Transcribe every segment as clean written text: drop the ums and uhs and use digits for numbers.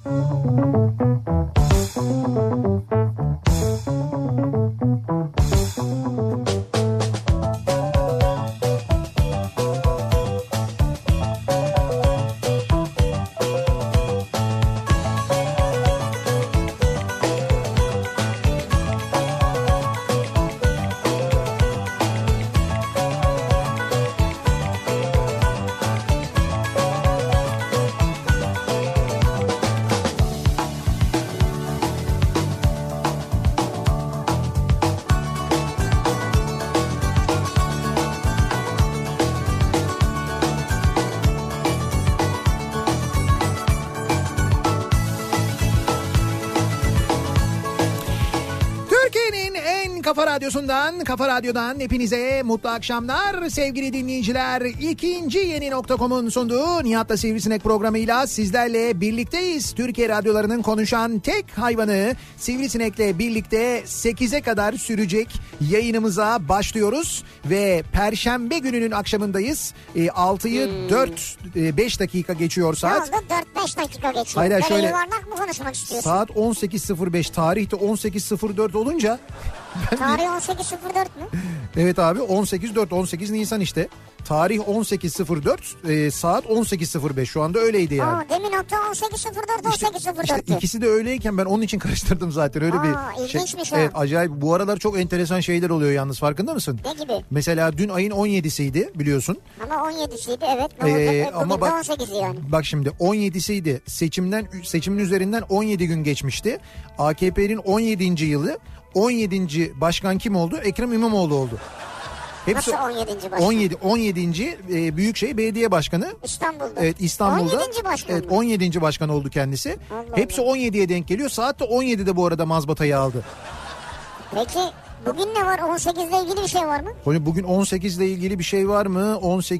Kafa Radyosu'ndan, Kafa Radyo'dan hepinize mutlu akşamlar sevgili dinleyiciler. İkinci Yeni.com'un sunduğu Nihat'la Sivrisinek programıyla sizlerle birlikteyiz. Türkiye radyolarının konuşan tek hayvanı Sivrisinek'le birlikte 8'e kadar sürecek yayınımıza başlıyoruz. Ve Perşembe gününün akşamındayız. 6'yı 4-5 dakika geçiyor saat. Ne oldu? 4-5 dakika geçiyor. Hayır, böyle şöyle, yuvarlak mı konuşmak istiyorsun? Saat 18.05, tarihte 18.04 olunca... Tarih 18.04 mü? Evet abi 18 Nisan işte. Tarih 18.04, saat 18.05 şu anda öyleydi yani. Demin nokta 18.04 18.04. İşte ikisi de öyleyken ben onun için karıştırdım zaten öyle bir şey. Evet, acayip. Bu aralar çok enteresan şeyler oluyor yalnız, farkında mısın? Ne gibi? Mesela dün ayın 17'siydi biliyorsun. Ama 17'siydi evet. Ne olacak? Ama bak, 18'i yani. Bak şimdi 17'siydi. Seçimin üzerinden 17 gün geçmişti. AKP'nin 17. yılı. 17. başkan kim oldu? Ekrem İmamoğlu oldu. Hepsi, nasıl 17. başkan? 17. Büyükşehir Belediye Başkanı. İstanbul'da. Evet, İstanbul'da. 17. başkan. Evet, 17. başkan oldu kendisi. Allah hepsi Allah. 17'ye denk geliyor. Saat de 17'de bu arada mazbatayı aldı. Peki bugün ne var? 18 ile ilgili bir şey var mı? Bugün 18 ile ilgili bir şey var mı?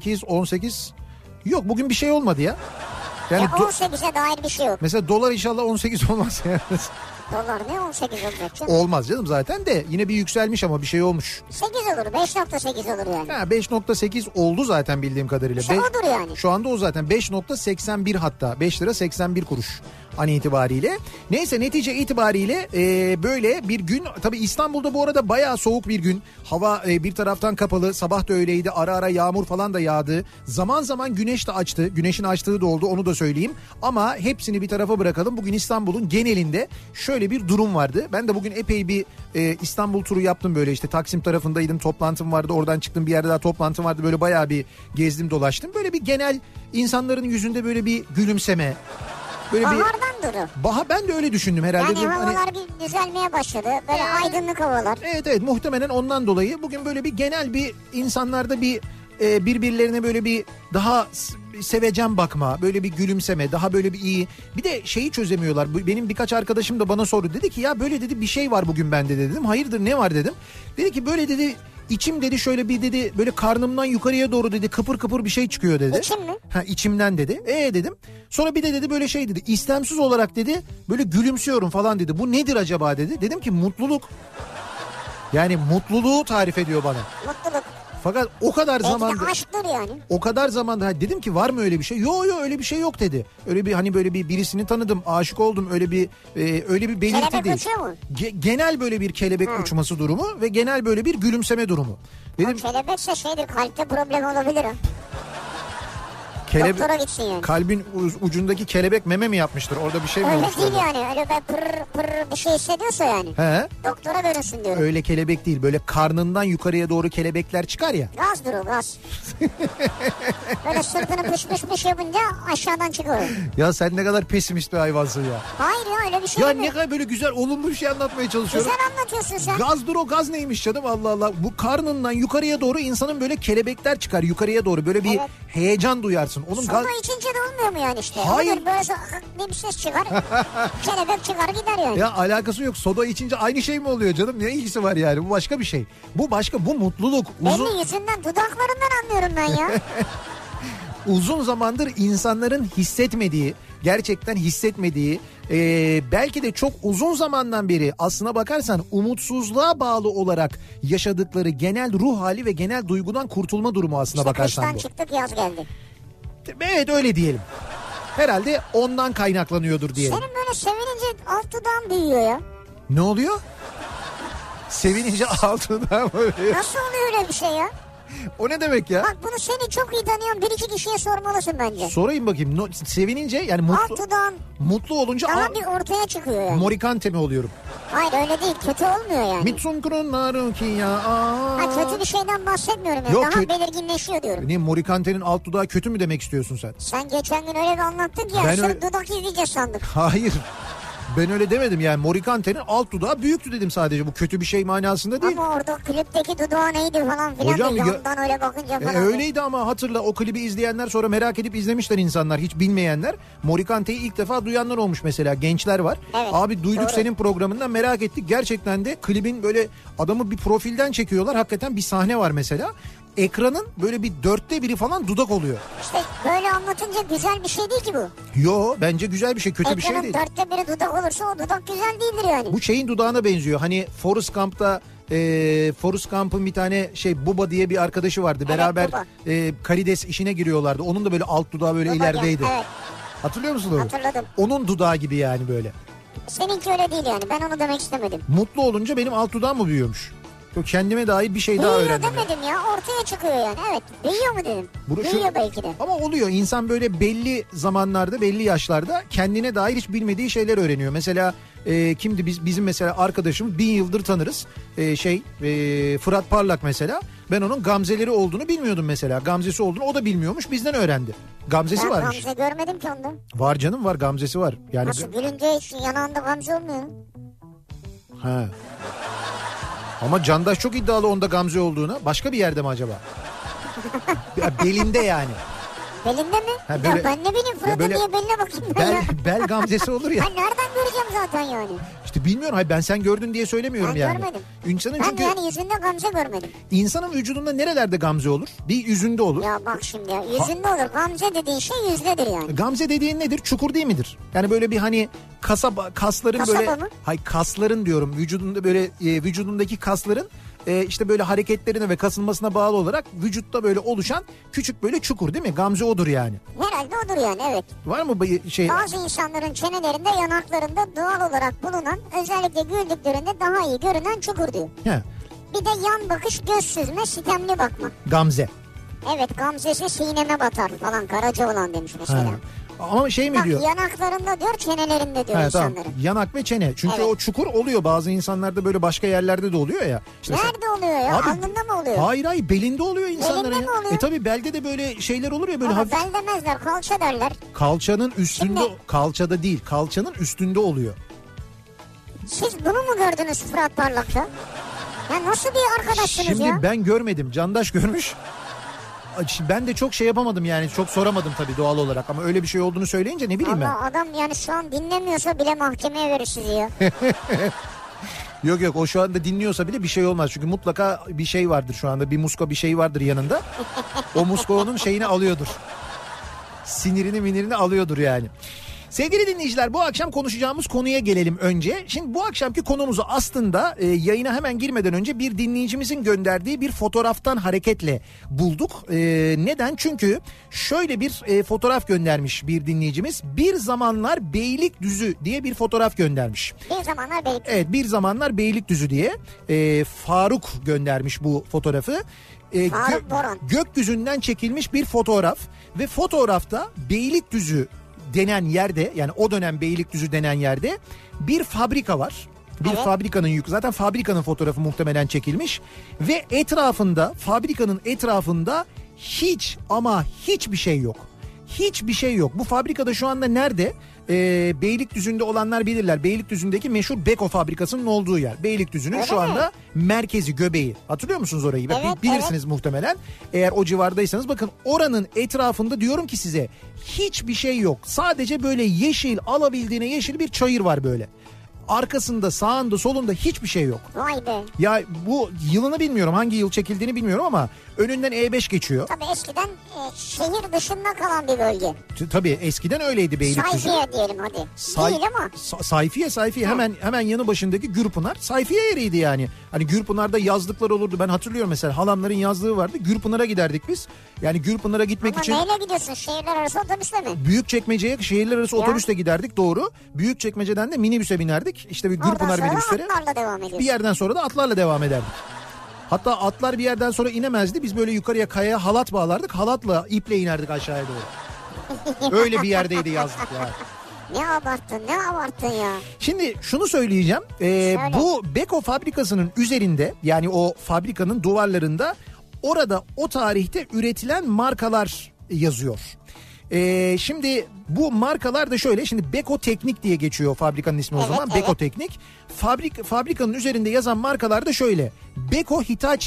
18. Yok, bugün bir şey olmadı ya. Yani 18'e dair bir şey yok. Mesela dolar inşallah 18 olmaz yani. Dolar ne 18 olacak canım? Olmaz canım zaten de yine bir yükselmiş ama bir şey olmuş. 8 olur, 5.8 olur yani. Ha, 5.8 oldu zaten bildiğim kadarıyla. İşte odur yani. Şu anda o zaten 5.81 hatta 5 lira 81 kuruş an itibariyle. Neyse, netice itibariyle böyle bir gün. Tabii İstanbul'da bu arada bayağı soğuk bir gün. Hava bir taraftan kapalı, sabah da öyleydi, ara ara yağmur falan da yağdı. Zaman zaman güneş de açtı, güneşin açtığı da oldu, onu da söyleyeyim. Ama hepsini bir tarafa bırakalım. Bugün İstanbul'un genelinde şöyle bir durum vardı. Ben de bugün epey bir İstanbul turu yaptım, böyle işte Taksim tarafındaydım, toplantım vardı, oradan çıktım, bir yerde daha toplantım vardı, böyle bayağı bir gezdim dolaştım. Böyle bir genel insanların yüzünde böyle bir gülümseme. Böyle bahardandır o. Ben de öyle düşündüm herhalde. Yani havalar bir düzelmeye başladı. Böyle aydınlık havalar. Evet muhtemelen ondan dolayı bugün böyle bir genel bir insanlarda bir birbirlerine böyle bir daha sevecen bakma, böyle bir gülümseme, daha böyle bir iyi. Bir de şeyi çözemiyorlar. Benim birkaç arkadaşım da bana sordu. Dedi ki ya böyle dedi bir şey var bugün bende dedim. Hayırdır, ne var dedim. Dedi ki böyle dedi İçim dedi şöyle bir dedi böyle karnımdan yukarıya doğru dedi kıpır kıpır bir şey çıkıyor dedi. İçim mi? Ha, içimden dedi. Dedim. Sonra bir de dedi böyle şey dedi, istemsiz olarak dedi böyle gülümsüyorum falan dedi. Bu nedir acaba dedi. Dedim ki mutluluk. Yani mutluluğu tarif ediyor bana. Mutluluk. Fakat o kadar zamanda. Belki aşktır yani. O kadar zamanda dedim ki var mı öyle bir şey? Yo öyle bir şey yok dedi. Öyle bir hani böyle bir birisini tanıdım, aşık oldum, öyle bir belirti kelebek değil. uçuyor mu? Genel böyle bir kelebek uçması durumu ve genel böyle bir gülümseme durumu. Dedim, o kelebekse şeydir, kalpte problem olabilir ha. Doktora gitsin yani. Kalbin ucundaki kelebek meme mi yapmıştır? Orada bir şey mi öyle olmuş? Öyle değil yani. Öyle pır bir şey hissediyorsa yani. He? Doktora görünsün diyorum. Öyle kelebek değil. Böyle karnından yukarıya doğru kelebekler çıkar ya. Gazdır o, gaz. Böyle sırtını pış yapınca aşağıdan çıkıyor. Ya sen ne kadar pesimist bir hayvansın ya. Hayır ya, öyle bir şey ya değil mi? Ne kadar böyle güzel, olumlu bir şey anlatmaya çalışıyorum. Güzel anlatıyorsun sen. Gazdır o, gaz neymiş canım, Allah Allah. Bu karnından yukarıya doğru insanın böyle kelebekler çıkar yukarıya doğru. Böyle bir heyecan duyarsın. Onun soda içince de olmuyor mu yani işte? Hayır. Olur, böyle ne bir ses çıkar. Kelebek çıkar gider yani. Ya alakası yok. Soda içince aynı şey mi oluyor canım? Ne ilgisi var yani? Bu başka bir şey. Bu başka, bu mutluluk. Belli yüzünden, dudaklarından anlıyorum ben ya. Uzun zamandır insanların hissetmediği, gerçekten hissetmediği, belki de çok uzun zamandan beri aslına bakarsan umutsuzluğa bağlı olarak yaşadıkları genel ruh hali ve genel duygudan kurtulma durumu aslına işte bakarsan bu. kıştan çıktık, yaz geldi. Evet, öyle diyelim. Herhalde ondan kaynaklanıyordur diyelim. Senin böyle sevinince alt dudağın büyüyor ya. Ne oluyor? Sevinince altından böyle. Nasıl oluyor öyle bir şey ya? O ne demek ya? Bak bunu seni çok iyi tanıyan bir iki kişiye sormalısın bence. Sorayım bakayım. Sevinince yani Alt dudağın mutlu olunca daha bir ortaya çıkıyor yani. morikante mi oluyorum? Hayır öyle değil, kötü olmuyor yani. Mitsun kurunları ki ya. Ha, kötü bir şeyden bahsetmiyorum yani. Yok, daha belirginleşiyor diyorum. Ne, morikantenin alt dudağı kötü mü demek istiyorsun sen? Sen geçen gün öyle bir anlattın ki ya. Ben Sırf dudak izleyeceğiz sandık. Hayır. Ben öyle demedim yani, morikantenin alt dudağı büyüktü dedim sadece, bu kötü bir şey manasında değil. Ama orada klipteki dudağı neydi falan filan. Hocam, yandan öyle bakınca falan. Öyleydi ama hatırla, o klibi izleyenler sonra merak edip izlemişler insanlar, hiç bilmeyenler. Morikante'yi ilk defa duyanlar olmuş mesela, gençler var. Evet, abi duyduk doğru. Senin programından, merak ettik gerçekten de. Klibin böyle adamı bir profilden çekiyorlar, hakikaten bir sahne var mesela. Ekranın böyle bir 1/4 falan dudak oluyor. İşte böyle anlatınca güzel bir şey değil ki bu. Yo, bence güzel bir şey, kötü bir şey değil. Ekranın 1/4 dudak olursa o dudak güzel değildir yani. Bu şeyin dudağına benziyor. Hani Forrest Gump'ın bir tane Bubba diye bir arkadaşı vardı. Evet, Beraber Bubba. karides işine giriyorlardı. Onun da böyle alt dudağı böyle Bubba ilerideydi. Evet. Hatırlıyor musun onu? Hatırladım. Onun dudağı gibi yani böyle. Seninki öyle değil yani, ben onu demek istemedim. Mutlu olunca benim alt dudağım mı büyüyormuş? Yok, kendime dair bir şey daha Büyüyor öğrendim. demedim ya, ortaya çıkıyor yani. Evet, büyüyor mu dedim. Büyüyor belki de. Ama oluyor, insan böyle belli zamanlarda, belli yaşlarda kendine dair hiç bilmediği şeyler öğreniyor. Mesela kimdi, bizim mesela arkadaşımız, 1000 yıldır tanırız. Fırat Parlak mesela. Ben onun gamzeleri olduğunu bilmiyordum mesela. Gamzesi olduğunu o da bilmiyormuş, bizden öğrendi. Gamzesi Ben varmış. gamze görmedim ki ondan. Var canım, var, gamzesi var. Yani Nasıl, gülünce hiç yanağında gamze olmuyor? Ha. Ama Candaş çok iddialı onda gamze olduğuna. Başka bir yerde mi acaba? Belinde yani. Belinde mi? Ha, Ya böyle, ben ne bileyim, Fırat'ın böyle niye beline bakayım ben ya? bel gamzesi olur ya. Ben nereden göreceğim zaten yani? İşte bilmiyorum. Hayır, ben sen gördün diye söylemiyorum Ben yani. görmedim. İnsanın Ben çünkü yani yüzünde gamze görmedim. insanın vücudunda nerelerde gamze olur? Bir yüzünde olur. Ya bak şimdi ya, yüzünde olur. Gamze dediğin şey yüzdedir yani. Gamze dediğin nedir? Çukur değil midir? Yani böyle bir hani kasların Kasaba böyle... mı? Hayır, kasların diyorum. Vücudunda böyle vücudundaki kasların işte böyle hareketlerine ve kasılmasına bağlı olarak vücutta böyle oluşan küçük böyle çukur değil mi? Gamze odur yani. Herhalde odur yani, evet. Var mı şey? Bazı insanların çenelerinde, yanaklarında doğal olarak bulunan, özellikle güldüklerinde daha iyi görünen çukur diyor. He, Bir de yan bakış, göz süzme, sitemli bakma. gamze. Evet, gamzesi sineme batar falan, karaca olan demiş mesela. Ha. Ama şey mi Bak, diyor? yanaklarında diyor, çenelerinde diyor He, insanların. tamam. Yanak ve çene. Çünkü Evet. o çukur oluyor bazı insanlarda, böyle başka yerlerde de oluyor ya. İşte Nerede oluyor ya? Abi, alnında mı oluyor? Hayır, belinde oluyor insanların. Belinde mi oluyor? Tabii belde de böyle şeyler olur ya, böyle Ama hafif. bel demezler, kalça derler. Kalçanın üstünde, Şimdi- kalçada değil, kalçanın üstünde oluyor. Siz bunu mu gördünüz Fırat Parlak'ta? Ya nasıl bir arkadaşsınız Şimdi ya? ben görmedim, Candaş görmüş. Ben de çok şey yapamadım yani, çok soramadım tabii doğal olarak, ama öyle bir şey olduğunu söyleyince ne bileyim ben. Allah, adam yani şu an dinlemiyorsa bile mahkemeye verir sizi ya. Yok, o şu anda dinliyorsa bile bir şey olmaz. Çünkü mutlaka bir şey vardır şu anda. Bir muska bir şey vardır yanında. O muska onun şeyini alıyordur. Sinirini alıyordur yani. Sevgili dinleyiciler, bu akşam konuşacağımız konuya gelelim önce. Şimdi bu akşamki konumuzu aslında yayına hemen girmeden önce bir dinleyicimizin gönderdiği bir fotoğraftan hareketle bulduk. Neden? Çünkü şöyle bir fotoğraf göndermiş bir dinleyicimiz. Bir zamanlar Beylikdüzü diye bir fotoğraf göndermiş. Bir zamanlar Beylikdüzü. Evet, bir zamanlar Beylikdüzü diye Faruk göndermiş bu fotoğrafı. Faruk Boran. Gökyüzünden çekilmiş bir fotoğraf ve fotoğrafta Beylikdüzü denen yerde, yani o dönem Beylikdüzü denen yerde bir fabrika var. Bir Evet. fabrikanın zaten fabrikanın fotoğrafı muhtemelen çekilmiş ve fabrikanın etrafında hiç ama hiçbir şey yok. Hiçbir şey yok. Bu fabrikada şu anda nerede? Beylikdüzü'nde olanlar bilirler. Beylikdüzü'ndeki meşhur Beko fabrikasının olduğu yer. Beylikdüzü'nün Öyle şu mi? anda merkezi, göbeği. Hatırlıyor musunuz orayı? Evet, Bilirsiniz muhtemelen. Eğer o civardaysanız, bakın oranın etrafında diyorum ki size, hiçbir şey yok. Sadece böyle yeşil, alabildiğine yeşil bir çayır var böyle. Arkasında, sağında, solunda hiçbir şey yok. Vay be. Ya bu yılını bilmiyorum, hangi yıl çekildiğini bilmiyorum ama önünden E5 geçiyor. Tabii eskiden şehir dışında kalan bir bölge. Tabii eskiden öyleydi Beylikdüzü. Sayfiye diyelim hadi. Değil ama. Sayfiye hemen yanı başındaki Gürpınar Sayfiye yeriydi yani. Hani Gürpınar'da yazlıklar olurdu. Ben hatırlıyorum mesela, halamların yazlığı vardı. Gürpınar'a giderdik biz. Yani Gürpınar'a gitmek için. Ama neyle gidiyorsun? Şehirler arası otobüsle mi? Büyükçekmece'ye şehirler arası otobüsle giderdik, doğru. Büyükçekmece'den de minibüse binerdik. İşte bir Gürpınar minibüsleri. Atlarla devam ediyorsun. Bir yerden sonra da atlarla devam ederdik. Hatta atlar bir yerden sonra inemezdi. Biz böyle yukarıya kayaya halat bağlardık. Halatla, iple inerdik aşağıya doğru. Öyle bir yerdeydi yazlık ya. Ne abarttın ya. Şimdi şunu söyleyeceğim. Bu Beko fabrikasının üzerinde, yani o fabrikanın duvarlarında orada o tarihte üretilen markalar yazıyor. Şimdi bu markalar da şöyle, şimdi Beko Teknik diye geçiyor fabrikanın ismi o zaman. Beko Teknik. Fabrikanın üzerinde yazan markalar da şöyle. Beko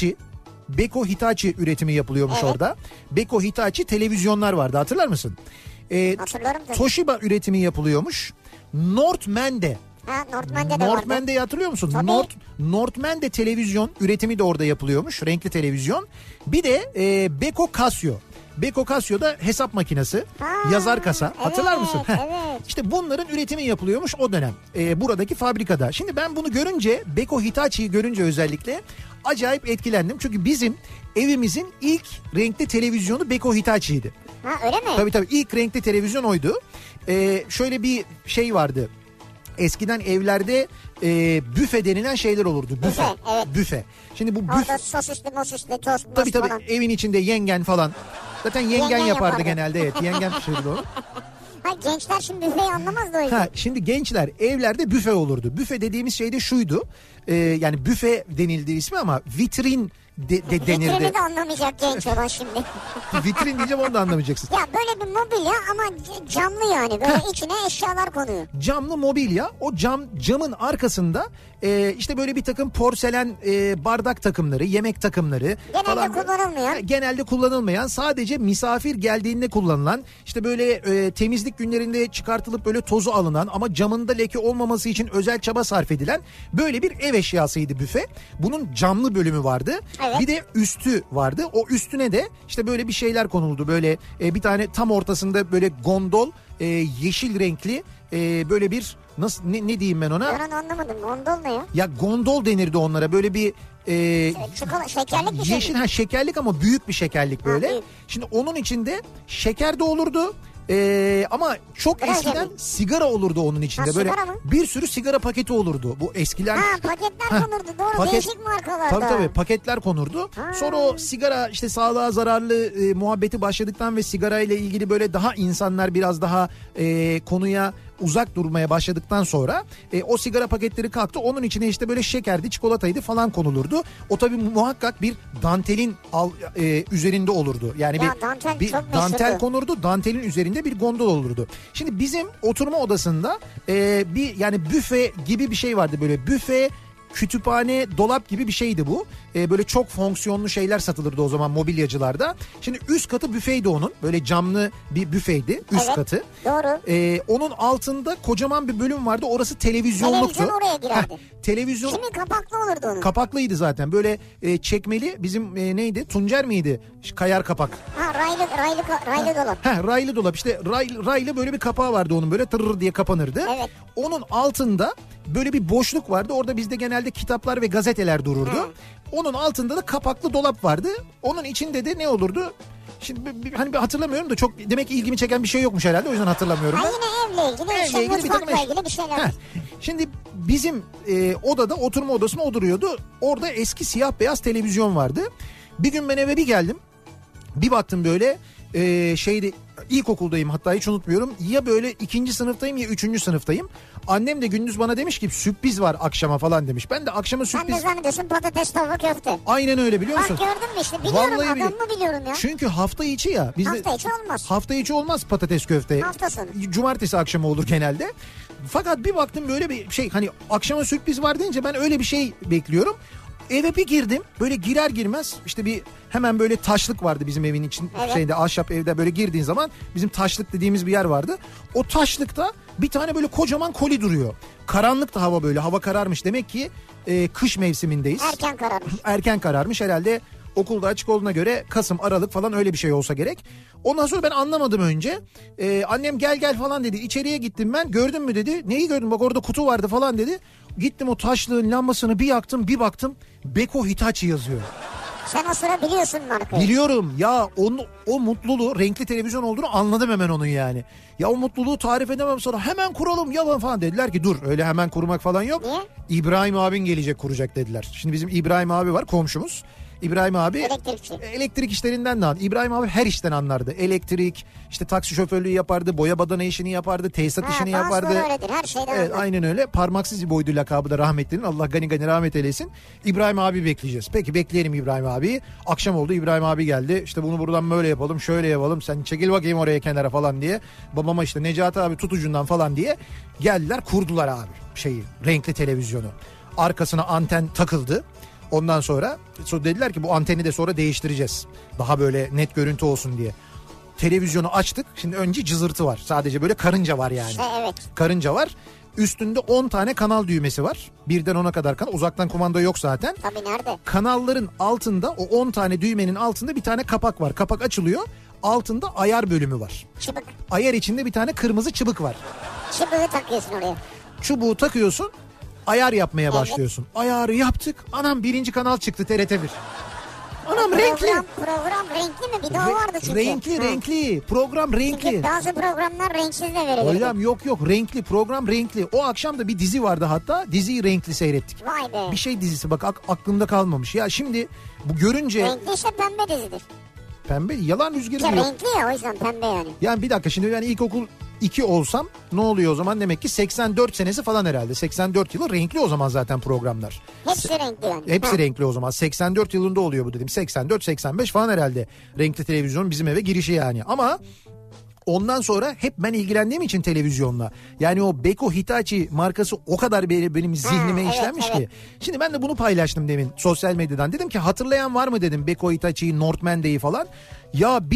Hitachi üretimi yapılıyormuş orada. Beko Hitachi televizyonlar vardı, hatırlar mısın? Hatırlarım. Toshiba üretimi yapılıyormuş. Northman'de. Northman'de de vardı. Northman'de'yi hatırlıyor musun? Northman'de televizyon üretimi de orada yapılıyormuş. Renkli televizyon. Bir de Beko Casio. Beko Casio da hesap makinesi, yazar kasa. Hatırlar mısın? Evet. İşte bunların üretimi yapılıyormuş o dönem. Buradaki fabrikada. Şimdi ben bunu görünce, Beko Hitachi'yi görünce özellikle acayip etkilendim. Çünkü bizim evimizin ilk renkli televizyonu Beko Hitachi'ydi. Öyle mi? Tabii ilk renkli televizyon oydu. Şöyle bir şey vardı. Eskiden evlerde büfe denilen şeyler olurdu. Büfe. Şimdi bu büfe. Orada sosisli, tost tabii falan. Evin içinde yengen falan. Zaten yengen yapardı genelde, evet. Yengen pişirirdi onu. Gençler şimdi büfeyi anlamaz da o yüzden. Şimdi gençler evlerde büfe olurdu. Büfe dediğimiz şey de şuydu. Yani büfe denildi ismi ama vitrin denirdi. Vitrini de anlamayacak genç olan şimdi. Vitrin diyeceğim, onu da anlamayacaksın. Ya böyle bir mobilya ama camlı yani. Böyle içine eşyalar konuyor. Camlı mobilya. O camın arkasında işte böyle bir takım porselen bardak takımları, yemek takımları. Genelde kullanılmayan, sadece misafir geldiğinde kullanılan, işte böyle temizlik günlerinde çıkartılıp böyle tozu alınan ama camında leke olmaması için özel çaba sarf edilen böyle bir ev eşyasıydı büfe. Bunun camlı bölümü vardı. Evet. Bir de üstü vardı. O üstüne de işte böyle bir şeyler konuldu. Böyle bir tane tam ortasında böyle gondol, yeşil renkli böyle bir, nasıl ne diyeyim ben ona? Ben anlamadım. Gondol ne ya? Ya gondol denirdi onlara. Böyle bir şekerlik bir şey. Yeşil, şekerlik ama büyük bir şekerlik böyle. Büyük. Şimdi onun içinde şeker de olurdu. Ama çok biraz eskiden sigara olurdu onun içinde. Böyle bir sürü sigara paketi olurdu. Bu eskiler. Paketler konurdu. Doğru, değişik markalarda. Tabii paketler konurdu. Sonra o sigara işte sağlığa zararlı muhabbeti başladıktan ve sigara ile ilgili böyle daha insanlar biraz daha konuya uzak durmaya başladıktan sonra o sigara paketleri kalktı. Onun içine işte böyle şekerdi, çikolataydı falan konulurdu. O tabii muhakkak bir dantelin üzerinde olurdu. Yani bir dantel konurdu. Dantelin üzerinde bir gondol olurdu. Şimdi bizim oturma odasında bir yani büfe gibi bir şey vardı, böyle büfe, kütüphane, dolap gibi bir şeydi bu. Böyle çok fonksiyonlu şeyler satılırdı o zaman mobilyacılarda. Şimdi üst katı büfeydi onun. Böyle camlı bir büfeydi üst katı. Doğru. Onun altında kocaman bir bölüm vardı. Orası televizyonluktu. Televizyon oraya girerdi. Televizyon. Şimdi kapaklı olurdu onun. Kapaklıydı zaten. Böyle çekmeli, bizim neydi? Tuncer miydi? Kayar kapak. Raylı dolap. Raylı dolap. İşte raylı böyle bir kapağı vardı onun, böyle tırır diye kapanırdı. Evet. Onun altında böyle bir boşluk vardı. Orada bizde genelde kitaplar ve gazeteler dururdu. Onun altında da kapaklı dolap vardı. Onun içinde de ne olurdu? Şimdi hani hatırlamıyorum da çok, demek ki ilgimi çeken bir şey yokmuş herhalde, o yüzden hatırlamıyorum. Yine evle ilgili mutfakla ilgili bir şeyler. Şimdi bizim odada, oturma odasına oturuyordu. Orada eski siyah beyaz televizyon vardı. Bir gün ben eve bir geldim. Bir baktım böyle ilkokuldayım hatta, hiç unutmuyorum. Ya böyle 2. sınıftayım ya 3. sınıftayım. Annem de gündüz bana demiş ki sürpriz var akşama falan demiş. Ben de akşama sürpriz... Sen de zannediyorsun patates, tavuk, köfte. Aynen öyle, biliyor musun? Bak gördün mü işte, biliyorum, adamını biliyorum ya. Çünkü hafta içi ya. Hafta içi olmaz. Hafta içi olmaz patates, köfte. Hafta sonu. Cumartesi akşamı olur genelde. Fakat bir baktım böyle bir şey, hani akşama sürpriz var deyince ben öyle bir şey bekliyorum. Eve bir girdim, böyle girer girmez işte bir hemen böyle taşlık vardı bizim evin için, ahşap evde böyle girdiğin zaman bizim taşlık dediğimiz bir yer vardı. O taşlıkta Bir tane böyle kocaman koli duruyor. Karanlık da hava böyle. Hava kararmış. Demek ki kış mevsimindeyiz. Erken kararmış. Erken kararmış herhalde. Okulda açık olduğuna göre Kasım, Aralık falan öyle bir şey olsa gerek. Ondan sonra ben anlamadım önce. Annem gel falan dedi. İçeriye gittim ben. Gördün mü dedi. Neyi gördün? Bak orada kutu vardı falan dedi. Gittim o taşlığın lambasını bir yaktım, bir baktım. Beko Hitachi yazıyor. Sen o sıra biliyorsun markayı. Biliyorum ya, o mutluluğu, renkli televizyon olduğunu anladım hemen onun yani. Ya o mutluluğu tarif edemem sana, hemen kuralım ya falan dediler ki dur öyle hemen kurmak falan yok. Niye? İbrahim abin gelecek kuracak dediler. Şimdi bizim İbrahim abi var, komşumuz. İbrahim abi elektrik işlerinden de anlar. İbrahim abi her işten anlardı. Elektrik, işte taksi şoförlüğü yapardı, boya badana işini yapardı, tesisat işini yapardı. Öyledir, her şeyden evet, aynen öyle. Parmaksız boydu lakabı da rahmetlinin. Allah gani gani rahmet eylesin. İbrahim abi bekleyeceğiz. Peki bekleyelim İbrahim abi. Akşam oldu, İbrahim abi geldi. İşte bunu buradan böyle yapalım, şöyle yapalım. Sen çekil bakayım oraya kenara falan diye. Babama işte Necati abi tut ucundan falan diye geldiler, kurdular abi renkli televizyonu. Arkasına anten takıldı. Ondan sonra dediler ki bu anteni de sonra değiştireceğiz. Daha böyle net görüntü olsun diye. Televizyonu açtık. Şimdi önce cızırtı var. Sadece böyle karınca var yani. Evet. Karınca var. Üstünde 10 tane kanal düğmesi var. Birden 10'a kadar kanal. Uzaktan kumanda yok zaten. Tabii nerede? Kanalların altında, o 10 tane düğmenin altında bir tane kapak var. Kapak açılıyor. Altında ayar bölümü var. Çıbık. Ayar içinde bir tane kırmızı çıbık var. Çıbığı takıyorsun oraya. Çubuğu takıyorsun. Ayar yapmaya başlıyorsun. Ayarı yaptık. Anam 1. kanal çıktı, TRT1. Anam renkli. Program renkli mi? Bir de o vardı çünkü. Renkli. Program renkli. Çünkü bazı programlar renksiz de veriliyor. Hocam yok renkli. Program renkli. O akşam da bir dizi vardı hatta. Diziyi renkli seyrettik. Vay be. Bir şey dizisi bak aklımda kalmamış. Ya şimdi bu görünce... Renkli ise pembe dizidir. Pembe yalan rüzgarı yok. yok. Renkli ya, o yüzden pembe yani. Yani bir dakika, şimdi ben ilkokul 2 olsam ne oluyor o zaman? Demek ki 84 senesi falan herhalde. 84 yılı renkli o zaman zaten programlar. Hepsi renkli yani. Hepsi renkli o zaman. 84 yılında oluyor bu dedim. 84-85 falan herhalde. Renkli televizyon bizim eve girişi yani. Ama ondan sonra hep ben ilgilendiğim için televizyonla. Yani o Beko Hitachi markası o kadar benim zihnime işlenmiş ki. Şimdi ben de bunu paylaştım demin sosyal medyadan. Dedim ki hatırlayan var mı dedim Beko Hitachi'yi, Northman'deyi falan. Ya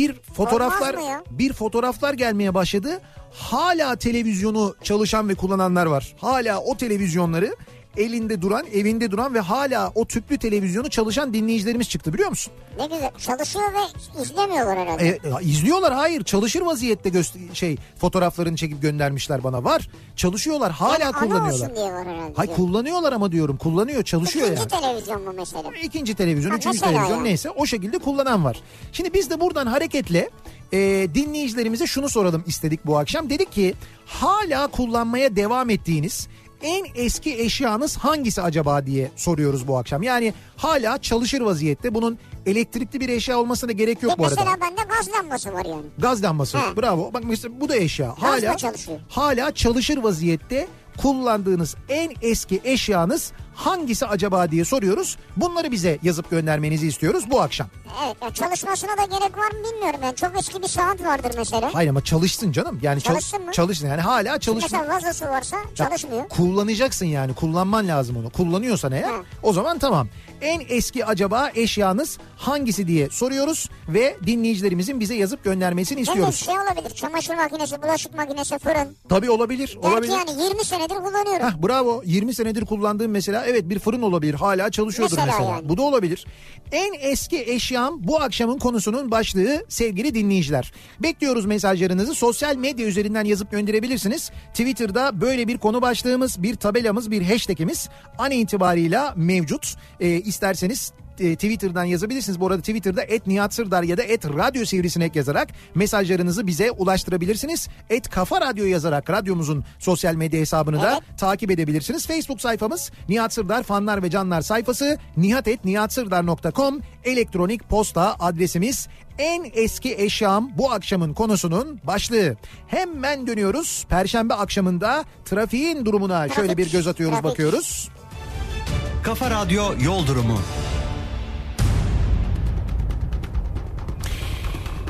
bir fotoğraflar gelmeye başladı. Hala televizyonu çalışan ve kullananlar var. Hala o televizyonları elinde duran, evinde duran ve hala o tüplü televizyonu çalışan dinleyicilerimiz çıktı, biliyor musun? Ne güzel. Çalışıyor ve izlemiyorlar herhalde. İzliyorlar, hayır. Çalışır vaziyette fotoğraflarını çekip göndermişler bana. Var. Çalışıyorlar, hala yani kullanıyorlar. olsun diye var herhalde. Hayır, kullanıyorlar ama diyorum. Kullanıyor, çalışıyor İkinci yani. televizyon mu mesela? İkinci televizyon, üçüncü televizyon yani. Neyse o şekilde kullanan var. Şimdi biz de buradan hareketle dinleyicilerimize şunu soralım istedik bu akşam. Dedik ki hala kullanmaya devam ettiğiniz en eski eşyanız hangisi acaba diye soruyoruz bu akşam. Yani hala çalışır vaziyette, bunun elektrikli bir eşya olmasına da gerek yok bu arada. Mesela bende gaz lambası var yani. Gaz lambası, bravo. Bak mesela bu da eşya. Hala çalışır vaziyette kullandığınız en eski eşyanız hangisi acaba diye soruyoruz. Bunları bize yazıp göndermenizi istiyoruz bu akşam. Evet, ya çalışmasına da gerek var mı bilmiyorum yani. Çok eski bir saat vardır mesela. Hayır ama çalışsın canım. Yani çalışsın mı? Çalışsın yani, hala çalışsın. Mesela vazosu varsa çalışmıyor. Kullanacaksın yani, kullanman lazım onu. Kullanıyorsan eğer o zaman tamam. En eski acaba eşyanız hangisi diye soruyoruz ve dinleyicilerimizin bize yazıp göndermesini istiyoruz. Evet, olabilir. Çamaşır makinesi, bulaşık makinesi, fırın. Tabii olabilir. Belki yani 20 senedir kullanıyorum. Bravo. 20 senedir kullandığım mesela bir fırın olabilir. Hala çalışıyordur mesela. Yani. Bu da olabilir. En eski eşyam bu akşamın konusunun başlığı sevgili dinleyiciler. Bekliyoruz mesajlarınızı. Sosyal medya üzerinden yazıp gönderebilirsiniz. Twitter'da böyle bir konu başlığımız, bir tabelamız, bir hashtagimiz an itibarıyla mevcut. İsterseniz Twitter'dan yazabilirsiniz. Bu arada Twitter'da @NihatSırdar ya da @RadyoSivrisinek yazarak mesajlarınızı bize ulaştırabilirsiniz. @KafaRadyo yazarak radyomuzun sosyal medya hesabını da takip edebilirsiniz. Facebook sayfamız Nihat Sırdar fanlar ve canlar sayfası, nihat@nihatsırdar.com elektronik posta adresimiz. En eski eşyam bu akşamın konusunun başlığı. Hemen dönüyoruz. Perşembe akşamında trafiğin durumuna şöyle bir göz atıyoruz, bakıyoruz. Kafa Radyo Yol Durumu.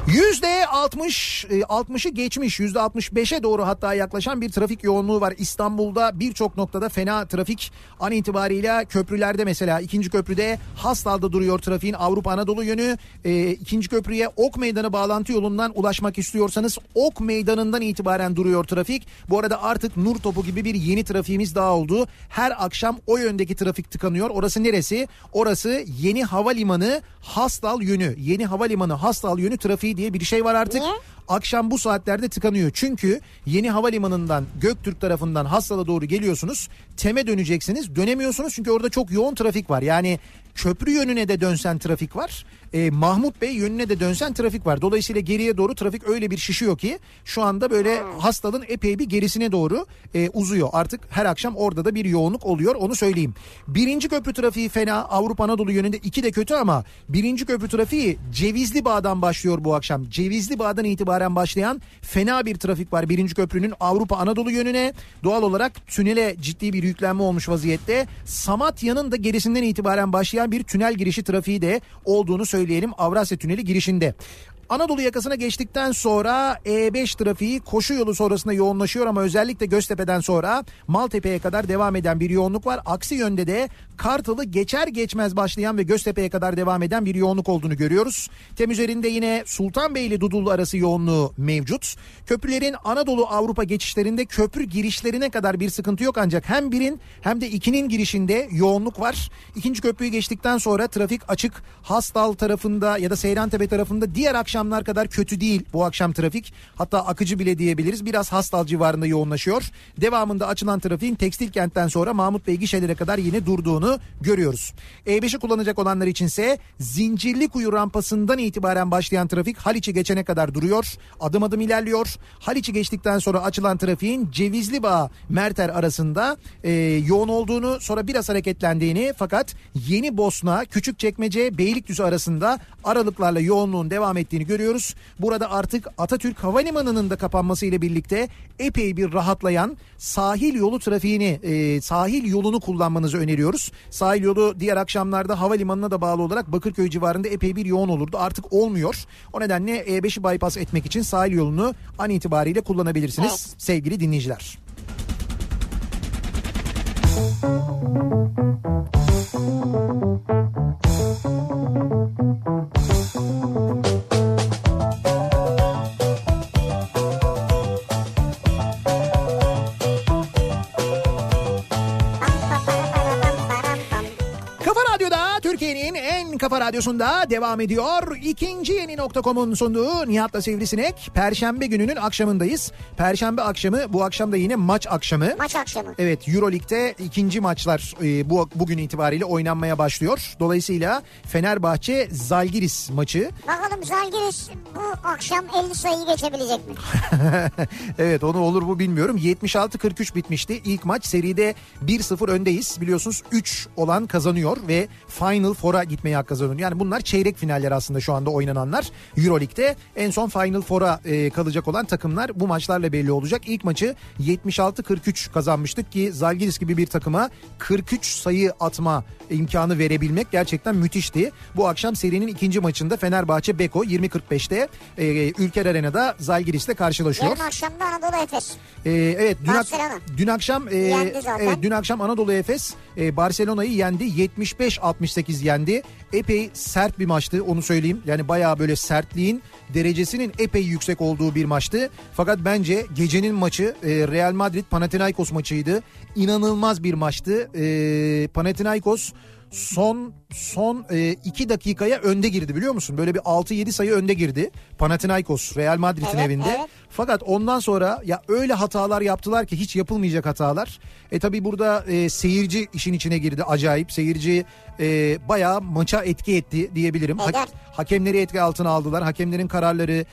%60'ı geçmiş, %65'e doğru hatta yaklaşan bir trafik yoğunluğu var. İstanbul'da birçok noktada fena trafik an itibariyle köprülerde, mesela 2. köprüde Hastal'da duruyor trafiğin Avrupa Anadolu yönü. 2. köprüye Ok Meydanı bağlantı yolundan ulaşmak istiyorsanız Ok Meydanı'ndan itibaren duruyor trafik. Bu arada artık nur topu gibi bir yeni trafiğimiz daha oldu. Her akşam o yöndeki trafik tıkanıyor. Orası neresi? Orası Yeni Havalimanı Hastal yönü. Yeni Havalimanı Hastal yönü trafiği diye bir şey var artık. Niye? Akşam bu saatlerde tıkanıyor. Çünkü Yeni Havalimanı'ndan Göktürk tarafından Hastal'a doğru geliyorsunuz. TEM'e döneceksiniz. Dönemiyorsunuz çünkü orada çok yoğun trafik var. Yani köprü yönüne de dönsen trafik var. Mahmut Bey yönüne de dönsen trafik var. Dolayısıyla geriye doğru trafik öyle bir şişiyor ki şu anda böyle Hastal'ın epey bir gerisine doğru uzuyor. Artık her akşam orada da bir yoğunluk oluyor, onu söyleyeyim. 1. köprü trafiği fena. Avrupa Anadolu yönünde 2 de kötü ama 1. köprü trafiği Cevizli Bağ'dan başlıyor bu akşam. Cevizli Bağ'dan itibaren başlayan fena bir trafik var 1. köprünün Avrupa Anadolu yönüne. Doğal olarak tünele ciddi bir yüklenme olmuş vaziyette. Samatya'nın da gerisinden itibaren başlayan bir tünel girişi trafiği de olduğunu söyleyelim Avrasya Tüneli girişinde. Anadolu yakasına geçtikten sonra E5 trafiği koşu yolu sonrasında yoğunlaşıyor ama özellikle Göztepe'den sonra Maltepe'ye kadar devam eden bir yoğunluk var. Aksi yönde de Kartal'ı geçer geçmez başlayan ve Göztepe'ye kadar devam eden bir yoğunluk olduğunu görüyoruz. TEM üzerinde yine Sultanbeyli Dudullu arası yoğunluğu mevcut. Köprülerin Anadolu Avrupa geçişlerinde köprü girişlerine kadar bir sıkıntı yok ancak hem 1'in hem de 2'nin girişinde yoğunluk var. 2. köprüyü geçtikten sonra trafik açık. Hastal tarafında ya da Seyrantepe tarafında diğer akşamlar kadar kötü değil bu akşam trafik. Hatta akıcı bile diyebiliriz. Biraz Hastal civarında yoğunlaşıyor. Devamında açılan trafiğin Tekstilkent'ten sonra Mahmut Bey gişelere kadar yine durduğunu görüyoruz. E5'i kullanacak olanlar içinse Zincirlikuyu rampasından itibaren başlayan trafik Haliç'i geçene kadar duruyor. Adım adım ilerliyor. Haliç'i geçtikten sonra açılan trafiğin Cevizlibağ Merter arasında yoğun olduğunu, sonra biraz hareketlendiğini, fakat Yeni Bosna, Küçükçekmece, Beylikdüzü arasında aralıklarla yoğunluğun devam ettiğini görüyoruz. Burada artık Atatürk Havalimanı'nın da kapanması ile birlikte epey bir rahatlayan sahil yolu trafiğini, sahil yolunu kullanmanızı öneriyoruz. Sahil yolu diğer akşamlarda havalimanına da bağlı olarak Bakırköy civarında epey bir yoğun olurdu. Artık olmuyor. O nedenle E5'i bypass etmek için sahil yolunu an itibariyle kullanabilirsiniz, evet, sevgili dinleyiciler. Kafa Radyosu'nda devam ediyor. İkinci Yeni.com'un sunduğu Nihat'la Sivrisinek. Perşembe gününün akşamındayız. Perşembe akşamı, bu akşam da yine maç akşamı. Maç akşamı. Evet, Euroleague'de ikinci maçlar bugün itibariyle oynanmaya başlıyor. Dolayısıyla Fenerbahçe Zalgiris maçı. Bakalım Zalgiris bu akşam 50 sayıyı geçebilecek mi? Evet, onu olur mu bilmiyorum. 76-43 bitmişti. İlk maç, seride 1-0 öndeyiz. Biliyorsunuz 3 olan kazanıyor ve Final Four'a gitmeye hak kazanıyor. Yani bunlar çeyrek finaller aslında şu anda oynananlar. Euroleague'de en son Final Four'a kalacak olan takımlar bu maçlarla belli olacak. İlk maçı 76-43 kazanmıştık ki Zalgiris gibi bir takıma 43 sayı atma imkanı verebilmek gerçekten müthişti. Bu akşam serinin ikinci maçında Fenerbahçe Beko 20.45'te Ülker Arena'da Zalgiris'le karşılaşıyor. Yarın akşam da Anadolu Efes. Evet, dün akşam dün akşam Anadolu Efes Barcelona'yı yendi. 75-68 yendi. Epey sert bir maçtı, onu söyleyeyim. Yani bayağı böyle sertliğin derecesinin epey yüksek olduğu bir maçtı. Fakat bence gecenin maçı Real Madrid Panathinaikos maçıydı. İnanılmaz bir maçtı. Panathinaikos son 2 dakikaya önde girdi, biliyor musun? Böyle bir 6-7 sayı önde girdi Panathinaikos Real Madrid'in evinde. Evet. Fakat ondan sonra ya öyle hatalar yaptılar ki, hiç yapılmayacak hatalar. Tabii burada seyirci işin içine girdi, acayip. Seyirci bayağı maça etki etti diyebilirim. Hakemleri etki altına aldılar. Hakemlerin kararları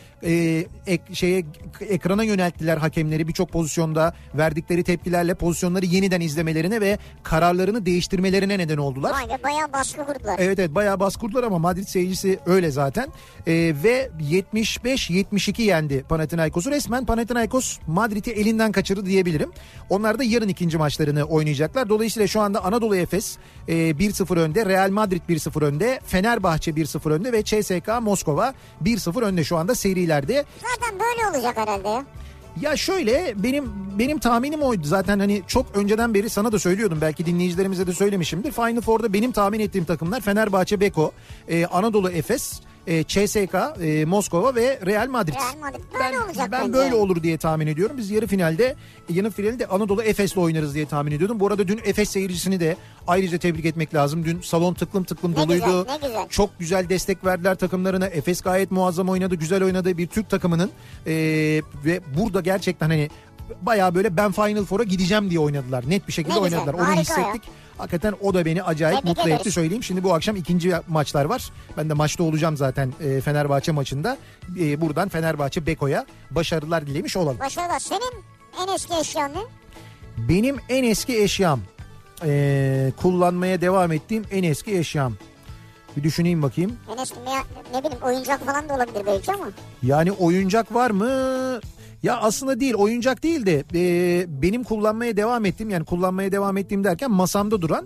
ekrana yönelttiler hakemleri. Birçok pozisyonda verdikleri tepkilerle pozisyonları yeniden izlemelerine ve kararlarını değiştirmelerine neden oldular. Vay be, bayağı baskı kurdular. Evet evet, bayağı baskı kurdular ama Madrid seyircisi öyle zaten. Ve 75-72 yendi Panathinaikos'u. Resmen Panathinaikos Madrid'i elinden kaçırdı diyebilirim. Onlar da yarın ikinci maçlarını oynayacaklar. Dolayısıyla şu anda Anadolu Efes 1-0 önde, Real Madrid 1-0 önde, Fenerbahçe 1-0 önde ve CSKA Moskova 1-0 önde şu anda serilerde. Zaten böyle olacak herhalde ya. Ya şöyle, benim tahminim oydu zaten, hani çok önceden beri sana da söylüyordum, belki dinleyicilerimize de söylemişimdir. Final Four'da benim tahmin ettiğim takımlar Fenerbahçe, Beko, Anadolu Efes, CSKA, Moskova ve Real Madrid. Real Madrid böyle olacak Ben bence. böyle olur diye tahmin ediyorum. Biz yarı finalde Anadolu Efes'le oynarız diye tahmin ediyordum. Bu arada dün Efes seyircisini de ayrıca tebrik etmek lazım. Dün salon tıklım tıklım doluydu. Ne güzel. Çok güzel destek verdiler takımlarına. Efes gayet muazzam oynadı, güzel oynadı. Bir Türk takımının ve burada gerçekten hani bayağı böyle ben Final Four'a gideceğim diye oynadılar. Net bir şekilde Ne oynadılar. güzel, Onu harika hissettik. Hakikaten o da beni acayip Tebrik mutlu ederiz. etti, söyleyeyim. Şimdi bu akşam ikinci maçlar var. Ben de maçta olacağım zaten Fenerbahçe maçında. Buradan Fenerbahçe Beko'ya başarılar dilemiş olalım. Başarılar. Senin en eski eşyan ne? Benim en eski eşyam, kullanmaya devam ettiğim en eski eşyam. Bir düşüneyim bakayım. En eski ne bileyim, oyuncak falan da olabilir belki ama. Yani oyuncak var mı? Ya aslında değil, oyuncak değil de benim kullanmaya devam ettiğim, yani kullanmaya devam ettiğim derken masamda duran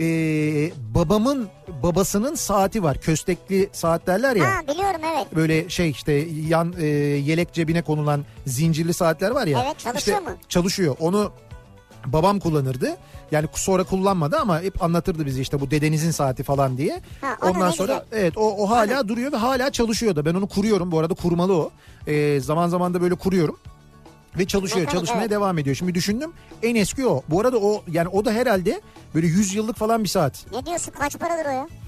babamın babasının saati var. Köstekli saat derler ya. Ha, biliyorum, evet. Böyle şey işte yan yelek cebine konulan zincirli saatler var ya. Evet, çalışıyor mu? Çalışıyor. Onu babam kullanırdı. Yani sonra kullanmadı ama hep anlatırdı bize, işte bu dedenizin saati falan diye. Ha, o da ondan ne sonra güzel. evet, o hala duruyor ve hala çalışıyor da. Ben onu kuruyorum, bu arada kurmalı o. Zaman zaman da böyle kuruyorum. Ve çalışıyor, Mekanik, çalışmaya evet. devam ediyor. Şimdi düşündüm, en eski o. Bu arada o, yani o da herhalde böyle 100 yıllık falan bir saat. Ne diyorsun, kaç paradır o ya?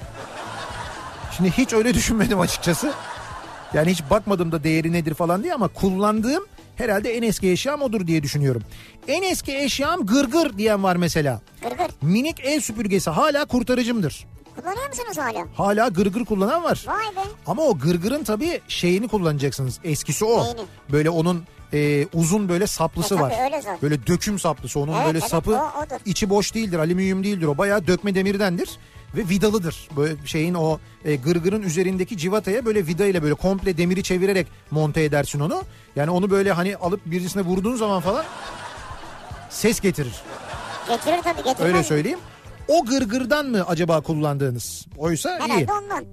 Şimdi hiç öyle düşünmedim açıkçası. Yani hiç bakmadım da değeri nedir falan diye, ama kullandığım herhalde en eski eşyam odur diye düşünüyorum. En eski eşyam gırgır diyen var mesela. Gırgır. Minik el süpürgesi hala kurtarıcımdır. Kullanıyor musunuz hala? Hala gırgır kullanan var. Vay be. Ama o gırgırın tabii şeyini kullanacaksınız. Eskisi o. Neyini? Böyle onun uzun böyle saplısı var. Tabii, öyle zaten. Böyle döküm saplısı. Onun Evet, böyle evet, sapı odur. içi boş değildir. Alüminyum değildir o. Bayağı dökme demirdendir. Ve vidalıdır. Böyle şeyin o gırgırın üzerindeki civataya böyle vida ile böyle komple demiri çevirerek monte edersin onu. Yani onu böyle hani alıp birisine vurduğun zaman falan ses getirir. Getirir tabii, getirir. Öyle söyleyeyim. O gırgırdan mı acaba kullandığınız? Oysa iyi. Herhalde ondan.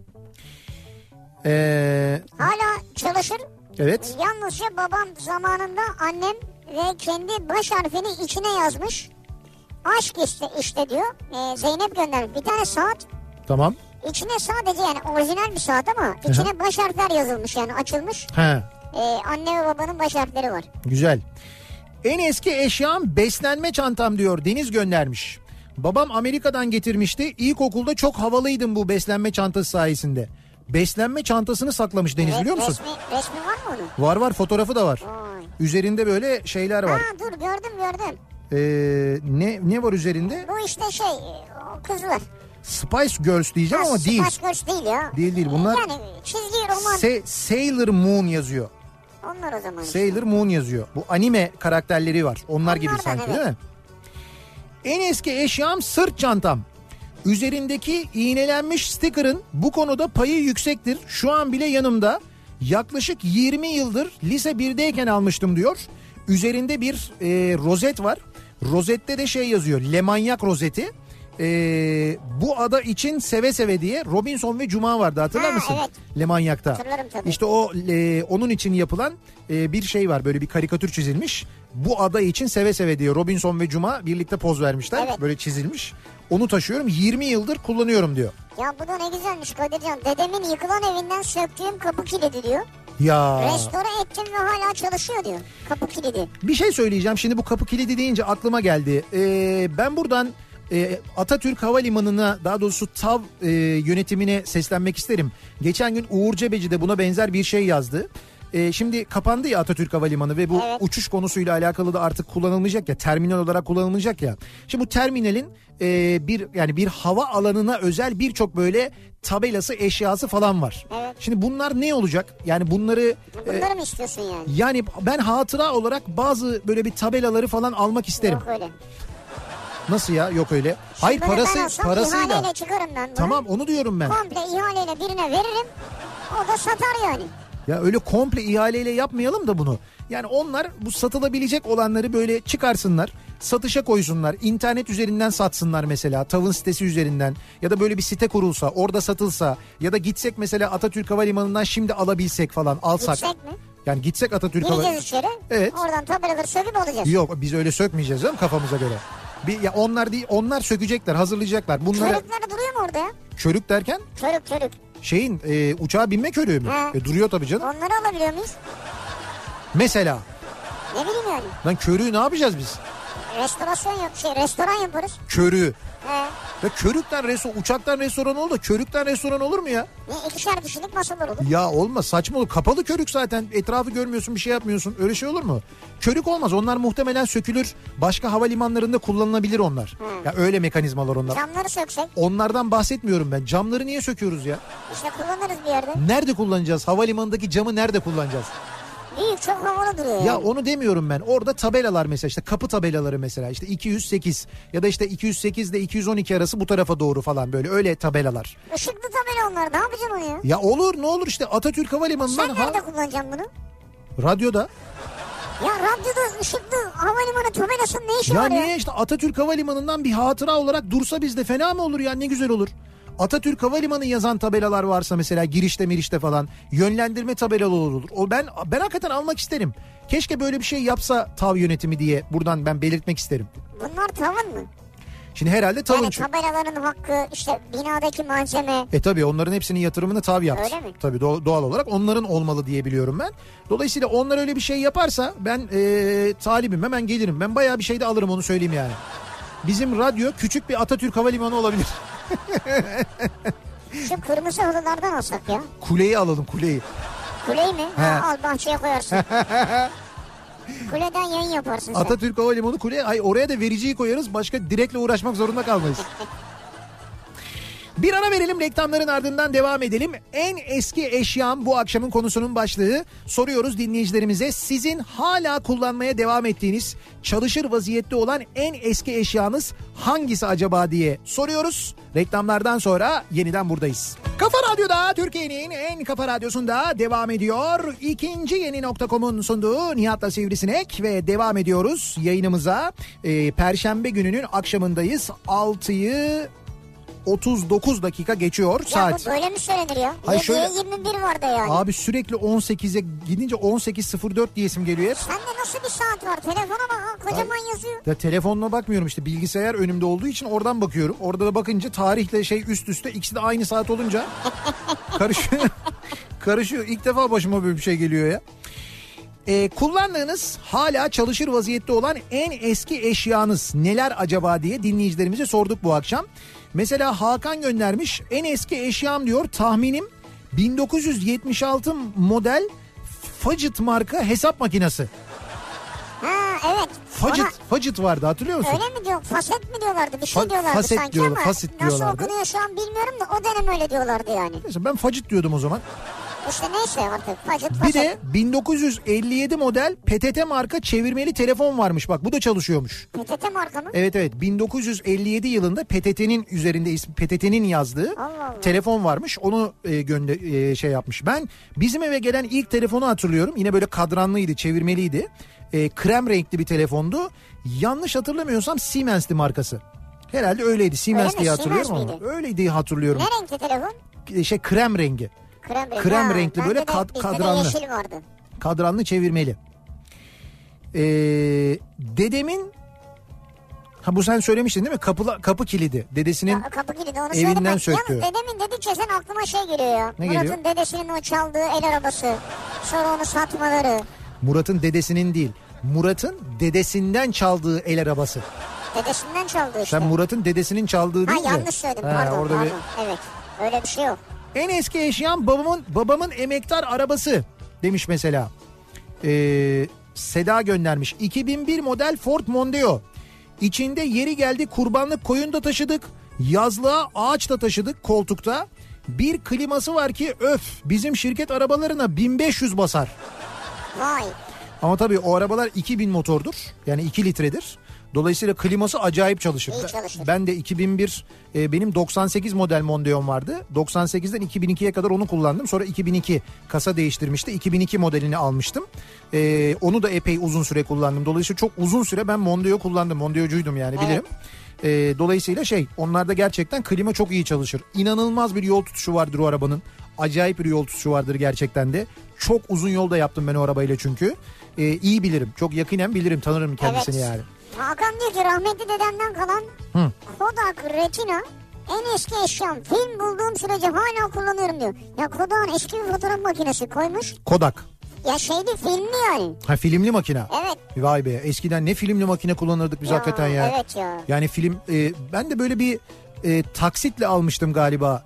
Hala çalışır. Evet. Yalnızca babam zamanında annem ve kendi baş harfini içine yazmış. Aşk işte diyor. Zeynep göndermiş. Bir tane saat. Tamam. İçine sadece, yani orijinal bir saat ama içine baş harfler yazılmış, yani açılmış. He. Anne ve babanın baş harfleri var. Güzel. En eski eşyam beslenme çantam diyor, Deniz göndermiş. Babam Amerika'dan getirmişti. İlkokulda çok havalıydım bu beslenme çantası sayesinde. Beslenme çantasını saklamış Deniz, biliyor musun? Resmi var mı onun? Var, fotoğrafı da var. Vay. Üzerinde böyle şeyler var. Ha, dur, gördüm. Ne var üzerinde? Bu işte o kızlar. Spice Girls diyeceğim ama değil. Spice Girls değil ya. Değil bunlar. Yani çizgi roman. Sailor Moon yazıyor. Onlar o zaman. Sailor Moon yazıyor. Bu anime karakterleri var. Onlar gibi Onlardan, sanki, evet. değil mi? En eski eşyam sırt çantam. Üzerindeki iğnelenmiş sticker'ın bu konuda payı yüksektir. Şu an bile yanımda. Yaklaşık 20 yıldır lise 1'deyken almıştım diyor. Üzerinde bir rozet var. Rozette de şey yazıyor. Lemanyak rozeti. Bu ada için seve seve diye Robinson ve Cuma vardı, hatırlar mısın? Evet. Lemanyak'ta. Hatırlarım tabii. İşte onun için yapılan bir şey var, böyle bir karikatür çizilmiş. Bu ada için seve seve diye Robinson ve Cuma birlikte poz vermişler. Evet. Böyle çizilmiş. Onu taşıyorum, 20 yıldır kullanıyorum diyor. Ya bu da ne güzelmiş Kadircan. Dedemin yıkılan evinden söktüğüm kapı kilidi diyor. Ya Restore ettim ve hala çalışıyor diyor. Kapı kilidi. bir şey söyleyeceğim. Şimdi bu kapı kilidi deyince aklıma geldi. Ben buradan Atatürk Havalimanı'na, daha doğrusu TAV yönetimine seslenmek isterim. Geçen gün Uğur Cebeci de buna benzer bir şey yazdı. Şimdi kapandı ya Atatürk Havalimanı ve bu Evet. uçuş konusuyla alakalı da artık kullanılmayacak ya, terminal olarak kullanılmayacak ya. Şimdi bu terminalin bir hava alanına özel birçok böyle tabelası, eşyası falan var. Evet. Şimdi bunlar ne olacak? Yani bunları Bunları mı istiyorsun yani? yani ben hatıra olarak bazı böyle bir tabelaları falan almak isterim. Yok öyle. Nasıl ya, yok öyle. Hayır, Böyle ben olsam parasıyla. ihaleyle çıkarım ben bunu. Tamam, onu diyorum ben. Komple ihaleyle birine veririm. O da satar yani. Ya öyle komple ihaleyle yapmayalım da bunu. Yani onlar bu satılabilecek olanları böyle çıkarsınlar, satışa koysunlar, internet üzerinden satsınlar mesela, tavın sitesi üzerinden, ya da böyle bir site kurulsa, orada satılsa, ya da gitsek mesela Atatürk Havalimanı'ndan şimdi alabilsek falan, alsak. Gitsek mi? Yani gitsek Atatürk Havalimanı'na. Gireceğiz içeri. Evet. Oradan tabelaları söküp alacağız. Yok, biz öyle sökmeyeceğiz canım, kafamıza göre. Ya onlar değil, onlar sökecekler, hazırlayacaklar. Bunları... Körükleri duruyor mu orada ya? Körük derken? Körük. Şeyin uçağa binme körüğü mü? Duruyor tabii canım. Onları alabiliyor muyuz? Mesela. Ne bileyim yani. Lan körüğü ne yapacağız biz? Restoran yaparız. Körüğü. He. Ya körükten uçaktan restoran olur da körükten restoran olur mu ya? İkişer kişilik masalar olur. Ya olmaz, saçma olur. Kapalı körük zaten, etrafı görmüyorsun, bir şey yapmıyorsun. Öyle şey olur mu? Körük olmaz, onlar muhtemelen sökülür. Başka havalimanlarında kullanılabilir onlar. Ya öyle mekanizmalar onlar. Camları söksek. Onlardan bahsetmiyorum ben. Camları niye söküyoruz ya? İşte kullanırız bir yerde. Nerede kullanacağız? Havalimanındaki camı nerede kullanacağız? Büyük, çok havalı duruyor yani. Ya onu demiyorum ben. Orada tabelalar mesela, işte kapı tabelaları mesela, işte 208 ya da işte 208 ile 212 arası bu tarafa doğru falan, böyle öyle tabelalar. Işıklı tabela onlar, ne yapacaksın onu ya? Ya olur, ne olur işte Atatürk Havalimanı'ndan. Sen nerede kullanacaksın bunu? Radyoda. Ya radyoda ışıklı havalimanı tabelasının ne işi Ya var ya? niye, işte Atatürk Havalimanı'ndan bir hatıra olarak dursa bizde, fena mı olur ya, ne güzel olur. Atatürk Havalimanı yazan tabelalar varsa mesela, girişte mirişte falan, yönlendirme tabelaları olur. O ben hakikaten almak isterim. Keşke böyle bir şey yapsa TAV yönetimi diye buradan ben belirtmek isterim. Bunlar tavın mı? Şimdi herhalde TAV'ın... Yani tabelaların hakkı, işte binadaki malzeme. Tabii onların hepsinin yatırımını TAV yaptı. Öyle mi? Tabii doğal olarak onların olmalı diye biliyorum ben. Dolayısıyla onlar öyle bir şey yaparsa ben talibim, hemen gelirim. Ben bayağı bir şey de alırım, onu söyleyeyim yani. Bizim radyo küçük bir Atatürk Havalimanı olabilir. Şu kırmızı halılardan alsak ya. Kuleyi alalım, kuleyi. Kuleyi mi? Al bahçeye koyarsın. Kuleden yayın yaparsın sen. Atatürk Havalimanı kule. Ay, oraya da vericiyi koyarız. Başka direkle uğraşmak zorunda kalmayız. Bir ara verelim, reklamların ardından devam edelim. En eski eşyam bu akşamın konusunun başlığı. Soruyoruz dinleyicilerimize, sizin hala kullanmaya devam ettiğiniz, çalışır vaziyette olan en eski eşyanız hangisi acaba diye soruyoruz. Reklamlardan sonra yeniden buradayız. Kafa Radyo'da, Türkiye'nin en kafa radyosunda devam ediyor. İkinci Yeni.com'un sunduğu Nihat'la Sivrisinek ve devam ediyoruz yayınımıza. Perşembe gününün akşamındayız. 6'yı 39 dakika geçiyor saat. Ya bu böyle mi söylenir ya? Hayır, 7'ye 21 vardı yani. Abi sürekli 18'e gidince 18.04 diyesim geliyor hep. Sende nasıl bir saat var? Telefona bak, kocaman yazıyor. Ya telefonla bakmıyorum, işte bilgisayar önümde olduğu için oradan bakıyorum. Orada da bakınca tarihle şey üst üste, ikisi de aynı saat olunca karışıyor. İlk defa başıma böyle bir şey geliyor ya. Kullandığınız, hala çalışır vaziyette olan en eski eşyanız neler acaba diye dinleyicilerimize sorduk bu akşam. Mesela Hakan göndermiş, en eski eşyam diyor, tahminim 1976 model Fidget marka hesap makinesi. Ha evet. Fidget vardı, hatırlıyor musun? Öyle mi diyor? Faset mi diyorlardı? Bir şey diyorlardı faset sanki diyorlar, ama faset nasıl diyorlardı. okunuyor şu an bilmiyorum da o dönem öyle diyorlardı yani. Neyse, ben Fidget diyordum o zaman. İşte neyse artık Fidget. Bir de 1957 model PTT marka çevirmeli telefon varmış, bak bu da çalışıyormuş. PTT marka mı? Evet 1957 yılında PTT'nin üzerinde PTT'nin yazdığı Allah Allah. telefon varmış, onu şey yapmış. Ben bizim eve gelen ilk telefonu hatırlıyorum, yine böyle kadranlıydı, çevirmeliydi. Krem renkli bir telefondu, yanlış hatırlamıyorsam Siemens'ti markası. Herhalde öyleydi, Siemens diye hatırlıyorum ama öyleydi diye hatırlıyorum. Ne renkli telefon? Krem rengi. Krem renkli böyle kadranlı. Yeşil vardı. Kadranlı çevirmeli. Dedemin, bu sen söylemiştin değil mi? Kapı kilidi. Dedesinin kapı kilidi, onu evinden söyledim. söktü. Yalnız dedemin dedikçe sen aklıma şey geliyor ya. Ne Murat'ın geliyor? dedesinin o çaldığı el arabası. Sonra onu satmaları. Murat'ın dedesinin değil, Murat'ın dedesinden çaldığı el arabası. Dedesinden çaldı işte. Sen Murat'ın dedesinin çaldığı değil mi? Yanlış söyledim, pardon. Evet, öyle bir şey yok. En eski eşyam babamın emektar arabası demiş mesela. Seda göndermiş. 2001 model Ford Mondeo. İçinde yeri geldi kurbanlık koyun da taşıdık. Yazlığa ağaç da taşıdık koltukta. Bir kliması var ki bizim şirket arabalarına 1500 basar. Vay. Ama tabii o arabalar 2000 motordur. Yani 2 litredir. Dolayısıyla kliması acayip çalışır. İyi çalışır. Ben de 2001 benim 98 model Mondeon vardı. 98'den 2002'ye kadar onu kullandım. Sonra 2002 kasa değiştirmişti. 2002 modelini almıştım. Onu da epey uzun süre kullandım. Dolayısıyla çok uzun süre ben Mondeo kullandım. Mondeo'cuydum yani bilirim. Dolayısıyla onlarda gerçekten klima çok iyi çalışır. İnanılmaz bir yol tutuşu vardır o arabanın. Acayip bir yol tutuşu vardır gerçekten de. Çok uzun yolda yaptım ben o arabayla çünkü. İyi bilirim. Çok yakinen bilirim. Tanırım kendisini yani. Hakan diyor ki rahmetli dedemden kalan Kodak Retina en eski eşyam. Film bulduğum sürece hala kullanıyorum diyor. Ya Kodak'ın eski bir fotoğraf makinesi koymuş. Kodak. Ya filmli yani. Ha, filmli makine. Evet. Vay be, eskiden ne filmli makine kullanırdık biz hakikaten ya. Evet ya. Yani film ben de böyle bir taksitle almıştım galiba.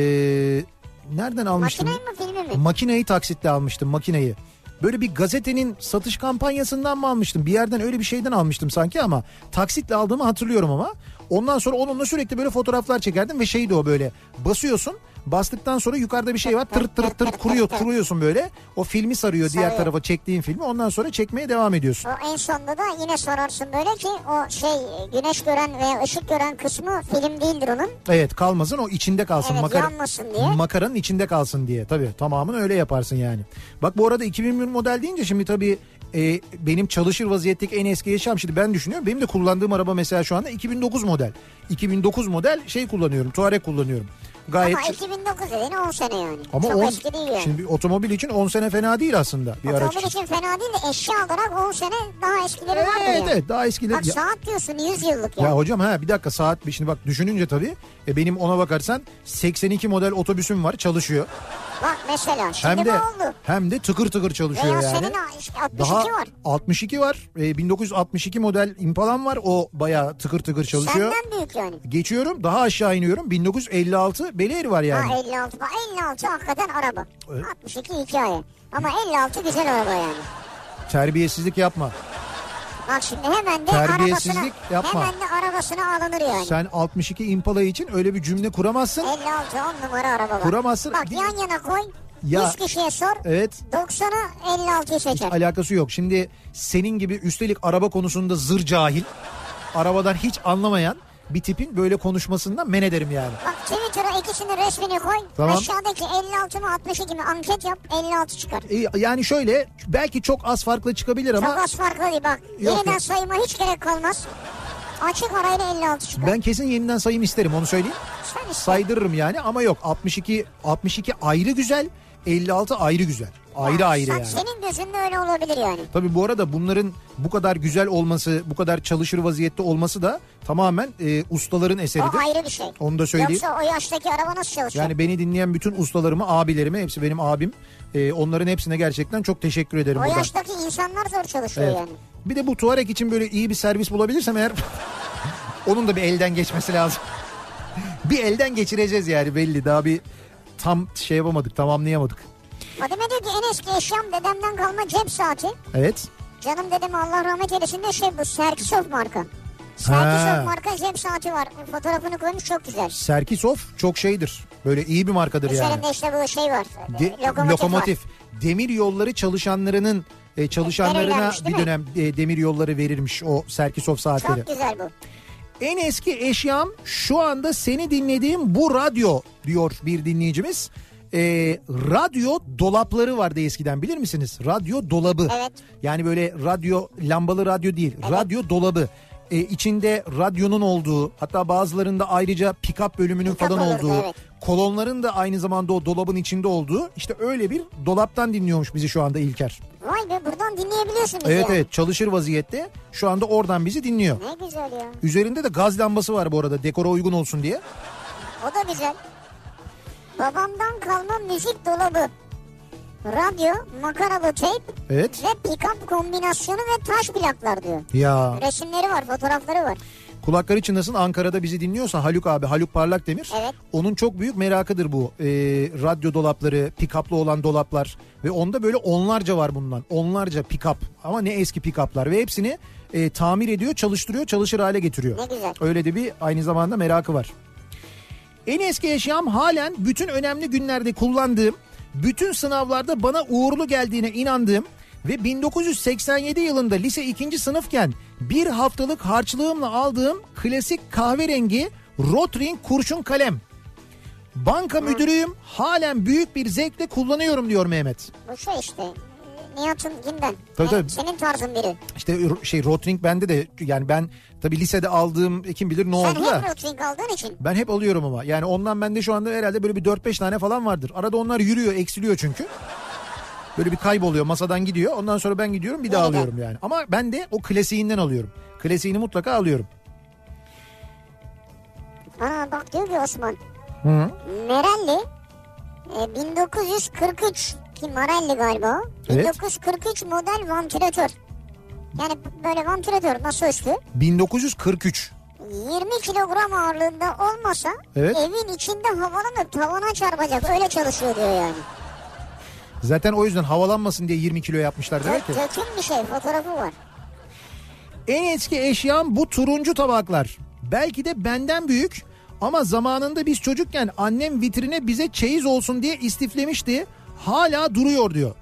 Nereden almıştım? Makineyi mi filmi mi? Makineyi taksitle almıştım, makineyi. Böyle bir gazetenin satış kampanyasından mı almıştım? Bir yerden öyle bir şeyden almıştım sanki ama taksitle aldığımı hatırlıyorum ama. Ondan sonra onunla sürekli böyle fotoğraflar çekerdim ve şeydi o, böyle basıyorsun. Bastıktan sonra yukarıda bir şey var, tırt tırt tırt kuruyorsun böyle. O filmi sarıyor diğer tarafa, çektiğin filmi. Ondan sonra çekmeye devam ediyorsun. O en sonunda da yine sorarsın böyle ki o güneş gören veya ışık gören kısmı film değildir onun. Evet, kalmasın, o içinde kalsın. Evet, yanmasın diye. Makaranın içinde kalsın diye. Tabii tamamını öyle yaparsın yani. Bak bu arada 2001 model deyince şimdi tabii benim çalışır vaziyetteki en eski yaşam, şimdi ben düşünüyorum. Benim de kullandığım araba mesela şu anda 2009 model. 2009 model kullanıyorum. Touareg kullanıyorum. Gayet... Ama 2009 dediğin 10 sene yani. Ama çok eski değil yani. Şimdi bir otomobil için 10 sene fena değil aslında. Bir otomobil araç için fena değil de eşya olarak 10 sene daha eskileri vardır yani. Evet, daha eskileri. Bak saat diyorsun 100 yıllık ya. Ya hocam bir dakika, saat, şimdi bak düşününce tabii benim ona bakarsan 82 model otobüsüm var, çalışıyor. Bak mesela şimdi Hem de, bu oldu. hem de tıkır tıkır çalışıyor veya yani. Senin 62 Daha var. 62 var. 1962 model Impala'm var. O bayağı tıkır tıkır çalışıyor. Senden büyük yani. Geçiyorum, daha aşağı iniyorum. 1956 Bel-Air var yani. Ha 56. Bak 56 hakikaten araba. Evet. 62 hikaye. Ama 56 güzel araba yani. Terbiyesizlik yapma. Bak şimdi hemen de Terbiyesizlik yapma. Hemen de arabasına alınır yani. Sen 62 Impala için öyle bir cümle kuramazsın. 56 10 numara araba var. Kuramazsın. Bak yan yana koy. Ya, 100 kişiye sor. Evet. 90'ı 56'yı seçer. Hiç alakası yok. Şimdi senin gibi üstelik araba konusunda zır cahil, arabadan hiç anlamayan bir tipin böyle konuşmasından men ederim yani. Bak Twitter'a ikisinin resmini koy. Tamam. Aşağıdaki 56 mı 62 mi anket yap, 56 çıkar. Yani şöyle, belki çok az farklı çıkabilir ama. Çok az farklı değil bak. Yeniden sayıma hiç gerek kalmaz. Açık arayla 56 çıkar. Ben kesin yeniden sayım isterim, onu söyleyeyim. Sen iste. Saydırırım yani, ama yok, 62 ayrı güzel, 56 ayrı güzel. Ayrı yani. Senin gözünde öyle olabilir yani. Tabii bu arada bunların bu kadar güzel olması, bu kadar çalışır vaziyette olması da tamamen ustaların eseridir. O ayrı bir şey. Onu da söyleyeyim. Yoksa o yaştaki araba nasıl çalışıyor? Yani beni dinleyen bütün ustalarıma, abilerime, hepsi benim abim. Onların hepsine gerçekten çok teşekkür ederim. O buradan. yaştaki insanlar zor çalışıyor yani. Bir de bu Touareg için böyle iyi bir servis bulabilirsem eğer onun da bir elden geçmesi lazım. Bir elden geçireceğiz yani, belli. Daha bir tam yapamadık, tamamlayamadık. Fadime diyor ki en eski eşyam dedemden kalma cep saati. Evet. Canım dedem Allah rahmet eylesin de bu Serkisov marka. Serkisov marka cep saati var. Fotoğrafını koymuş, çok güzel. Serkisov çok şeydir. Böyle iyi bir markadır yani. Üzerinde işte bu var. Lokomotif. Var. Demir yolları çalışanlarına bir dönem demir yolları verirmiş o Serkisov saatleri. Çok güzel bu. En eski eşyam şu anda seni dinlediğim bu radyo, diyor bir dinleyicimiz. Radyo dolapları vardı eskiden, bilir misiniz? Radyo dolabı. Evet. Yani böyle lambalı radyo değil. Evet. Radyo dolabı. İçinde radyonun olduğu, hatta bazılarında ayrıca pick-up bölümünün falan olduğu, evet. Kolonların da aynı zamanda o dolabın içinde olduğu, işte öyle bir dolaptan dinliyormuş bizi şu anda İlker. Vay be, buradan dinleyebiliyorsun bizi. Evet evet, çalışır vaziyette şu anda oradan bizi dinliyor. Ne güzel ya. Üzerinde de gaz lambası var bu arada, dekora uygun olsun diye. O da güzel. Babamdan kalma müzik dolabı, radyo, makaralı teyp, evet. Ve pick-up kombinasyonu ve taş plaklar diyor. Ya. Resimleri var, fotoğrafları var. Kulakları çınlasın, Ankara'da bizi dinliyorsa Haluk abi, Haluk Parlakdemir. Evet. Onun çok büyük merakıdır bu radyo dolapları, pick-up'lı olan dolaplar. Ve onda böyle onlarca var bundan. Onlarca pick-up, ama ne eski pick-up'lar. Ve hepsini tamir ediyor, çalıştırıyor, çalışır hale getiriyor. Ne güzel. Öyle de bir aynı zamanda merakı var. En eski eşyam halen bütün önemli günlerde kullandığım, bütün sınavlarda bana uğurlu geldiğine inandığım ve 1987 yılında lise 2. sınıfken Bir haftalık harçlığımla aldığım klasik kahverengi Rotring kurşun kalem. Banka müdürüyüm, halen büyük bir zevkle kullanıyorum diyor Mehmet. Bu şey işte Nihat'ınkinden. Tabii. Senin tarzın biri. İşte Rotring bende de, yani ben tabii lisede aldığım kim bilir ne oldu da. Sen hep Rotring aldığın için. Ben hep alıyorum ama. Yani ondan bende şu anda herhalde böyle bir 4-5 tane falan vardır. Arada onlar yürüyor, eksiliyor çünkü. Böyle bir kayboluyor, masadan gidiyor. Ondan sonra ben gidiyorum, bir daha alıyorum yani. Ama ben de o klasiğinden alıyorum. Klasiğini mutlaka alıyorum. Bak diyor ki Osman. Hı. Merelli 1943 ki Marelli galiba. Evet. 1943 model vantilatör. Yani böyle vantilatör masaüstü. 1943. 20 kilogram ağırlığında olmasa evet. Evin içinde havalanıp tavana çarpacak, öyle çalışıyor diyor yani. Zaten o yüzden havalanmasın diye 20 kilo yapmışlar demek ki. Döküm bir şey, fotoğrafı var. En eski eşyam bu turuncu tabaklar. Belki de benden büyük ama zamanında biz çocukken annem vitrine bize çeyiz olsun diye istiflemişti. Hala duruyor diyor.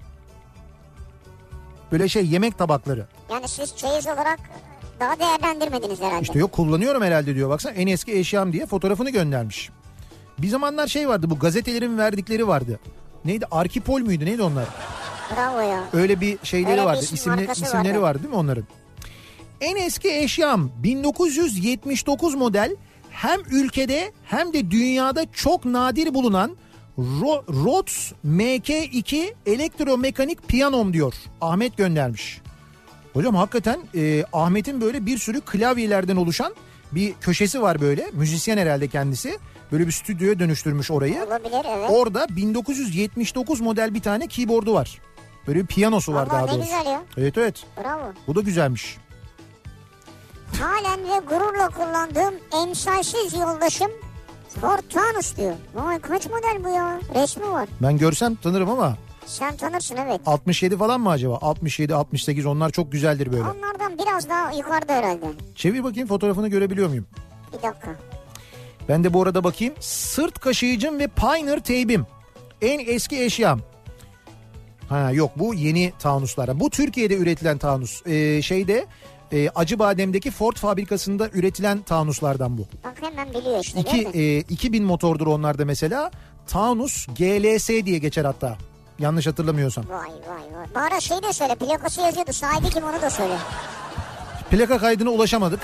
Böyle yemek tabakları. Yani siz çeyiz olarak daha değerlendirmediniz herhalde. İşte yok, kullanıyorum herhalde diyor. Baksana, en eski eşyam diye fotoğrafını göndermiş. Bir zamanlar vardı, bu gazetelerin verdikleri vardı. Neydi, Arkipol müydü, neydi onlar? Bravo ya. Öyle bir şeyleri öyle vardı, bir isimleri vardı değil mi onların? En eski eşyam 1979 model, hem ülkede hem de dünyada çok nadir bulunan Rhodes MK2 elektromekanik piyanom diyor. Ahmet göndermiş. Hocam hakikaten Ahmet'in böyle bir sürü klavyelerden oluşan bir köşesi var böyle. Müzisyen herhalde kendisi. Böyle bir stüdyoya dönüştürmüş orayı. Olabilir, evet. Orada 1979 model bir tane keyboardu var. Böyle bir piyanosu var. Vallahi daha doğrusu. ne güzel ya. Evet evet. Bravo. Bu da güzelmiş. Halen ve gururla kullandığım emsalsiz yoldaşım Ford Taunus diyor. Vay, kaç model bu ya? Resmi var. Ben görsem tanırım ama. Sen tanırsın, evet. 67 falan mı acaba? 67, 68, onlar çok güzeldir böyle. Onlardan biraz daha yukarıda herhalde. Çevir bakayım, fotoğrafını görebiliyor muyum? Bir dakika. Ben de bu arada bakayım. Sırt kaşıyıcım ve Pioneer teybim. En eski eşyam. Ha yok, bu yeni Taunus'lar. Bu Türkiye'de üretilen Taunus. Acıbadem'deki Ford fabrikasında üretilen Taunus'lardan bu. Bak hemen biliyor işte. 2000 motordur onlarda mesela. Taunus GLS diye geçer hatta. Yanlış hatırlamıyorsam. Vay. Bana de söyle, plakası yazıyordu. Sahibi kim, onu da söyle. Plaka kaydına ulaşamadık.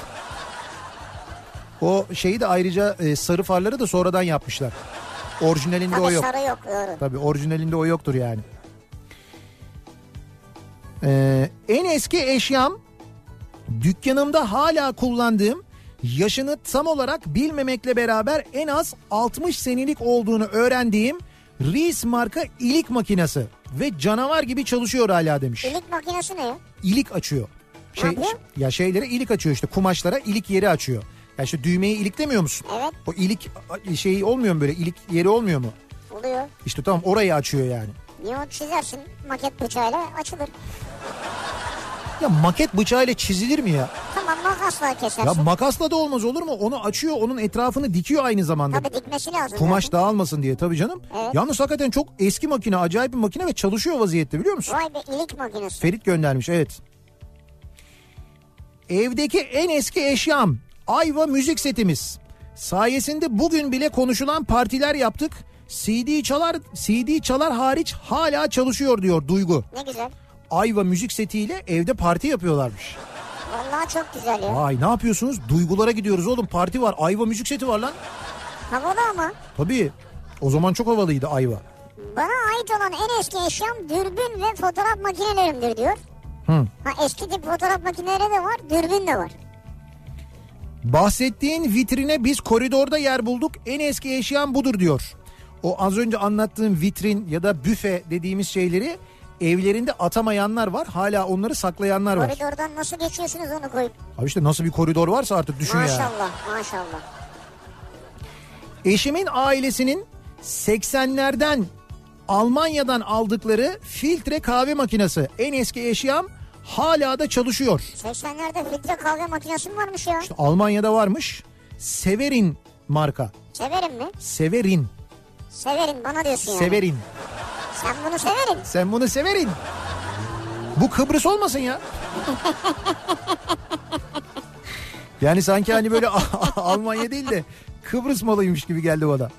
O de ayrıca sarı farları da sonradan yapmışlar. Orijinalinde tabii o yok. Sarı yok, doğru. Tabii orijinalinde o yoktur yani. En eski eşyam, dükkanımda hala kullandığım, yaşını tam olarak bilmemekle beraber en az 60 senelik olduğunu öğrendiğim Reese marka ilik makinesi ve canavar gibi çalışıyor hala demiş. İlik makinesi ne ya? İlik açıyor. Ne Şeylere ilik açıyor, işte kumaşlara ilik yeri açıyor. Ya işte düğmeyi iliklemiyor musun? Evet. O ilik olmuyor mu böyle, ilik yeri olmuyor mu? Oluyor. İşte tamam, orayı açıyor yani. Niye, o çizersin maket bıçağıyla açılır. Ya maket bıçağıyla çizilir mi ya? Tamam, makasla kesersin. Ya makasla da olmaz olur mu? Onu açıyor, onun etrafını dikiyor aynı zamanda. Tabii dikmesi lazım. Kumaş zaten dağılmasın diye, tabii canım. Evet. Yalnız hakikaten çok eski makine, acayip bir makine ve çalışıyor vaziyette, biliyor musun? Vay be, ilik makinesi. Ferit göndermiş, evet. Evdeki en eski eşyam Ayva müzik setimiz. Sayesinde bugün bile konuşulan partiler yaptık. CD çalar hariç hala çalışıyor diyor Duygu. Ne güzel. Ayva müzik setiyle evde parti yapıyorlarmış. Vallahi çok güzel ya. Vay, ne yapıyorsunuz? Duygulara gidiyoruz oğlum, parti var. Ayva müzik seti var lan. Havalı ama. Tabii. O zaman çok havalıydı Ayva. Bana ait olan en eski eşyam dürbün ve fotoğraf makinelerimdir diyor. Eski tip fotoğraf makineleri de var, dürbün de var. Bahsettiğin vitrine biz koridorda yer bulduk. En eski eşyam budur diyor. O az önce anlattığım vitrin ya da büfe dediğimiz şeyleri evlerinde atamayanlar var. Hala onları saklayanlar var. Koridordan nasıl geçiyorsunuz onu koyup? Abi işte nasıl bir koridor varsa artık düşün ya. Maşallah. Eşimin ailesinin 80'lerden Almanya'dan aldıkları filtre kahve makinesi, en eski eşyam, hala da çalışıyor. 80'lerde filtre kahve makinesi mi varmış ya? İşte Almanya'da varmış. Severin marka. Severim mi? Severin Bana diyorsun yani. Severin. Sen bunu severin. Bu Kıbrıs olmasın ya. Yani sanki hani böyle Almanya değil de Kıbrıs malıymış gibi geldi bana.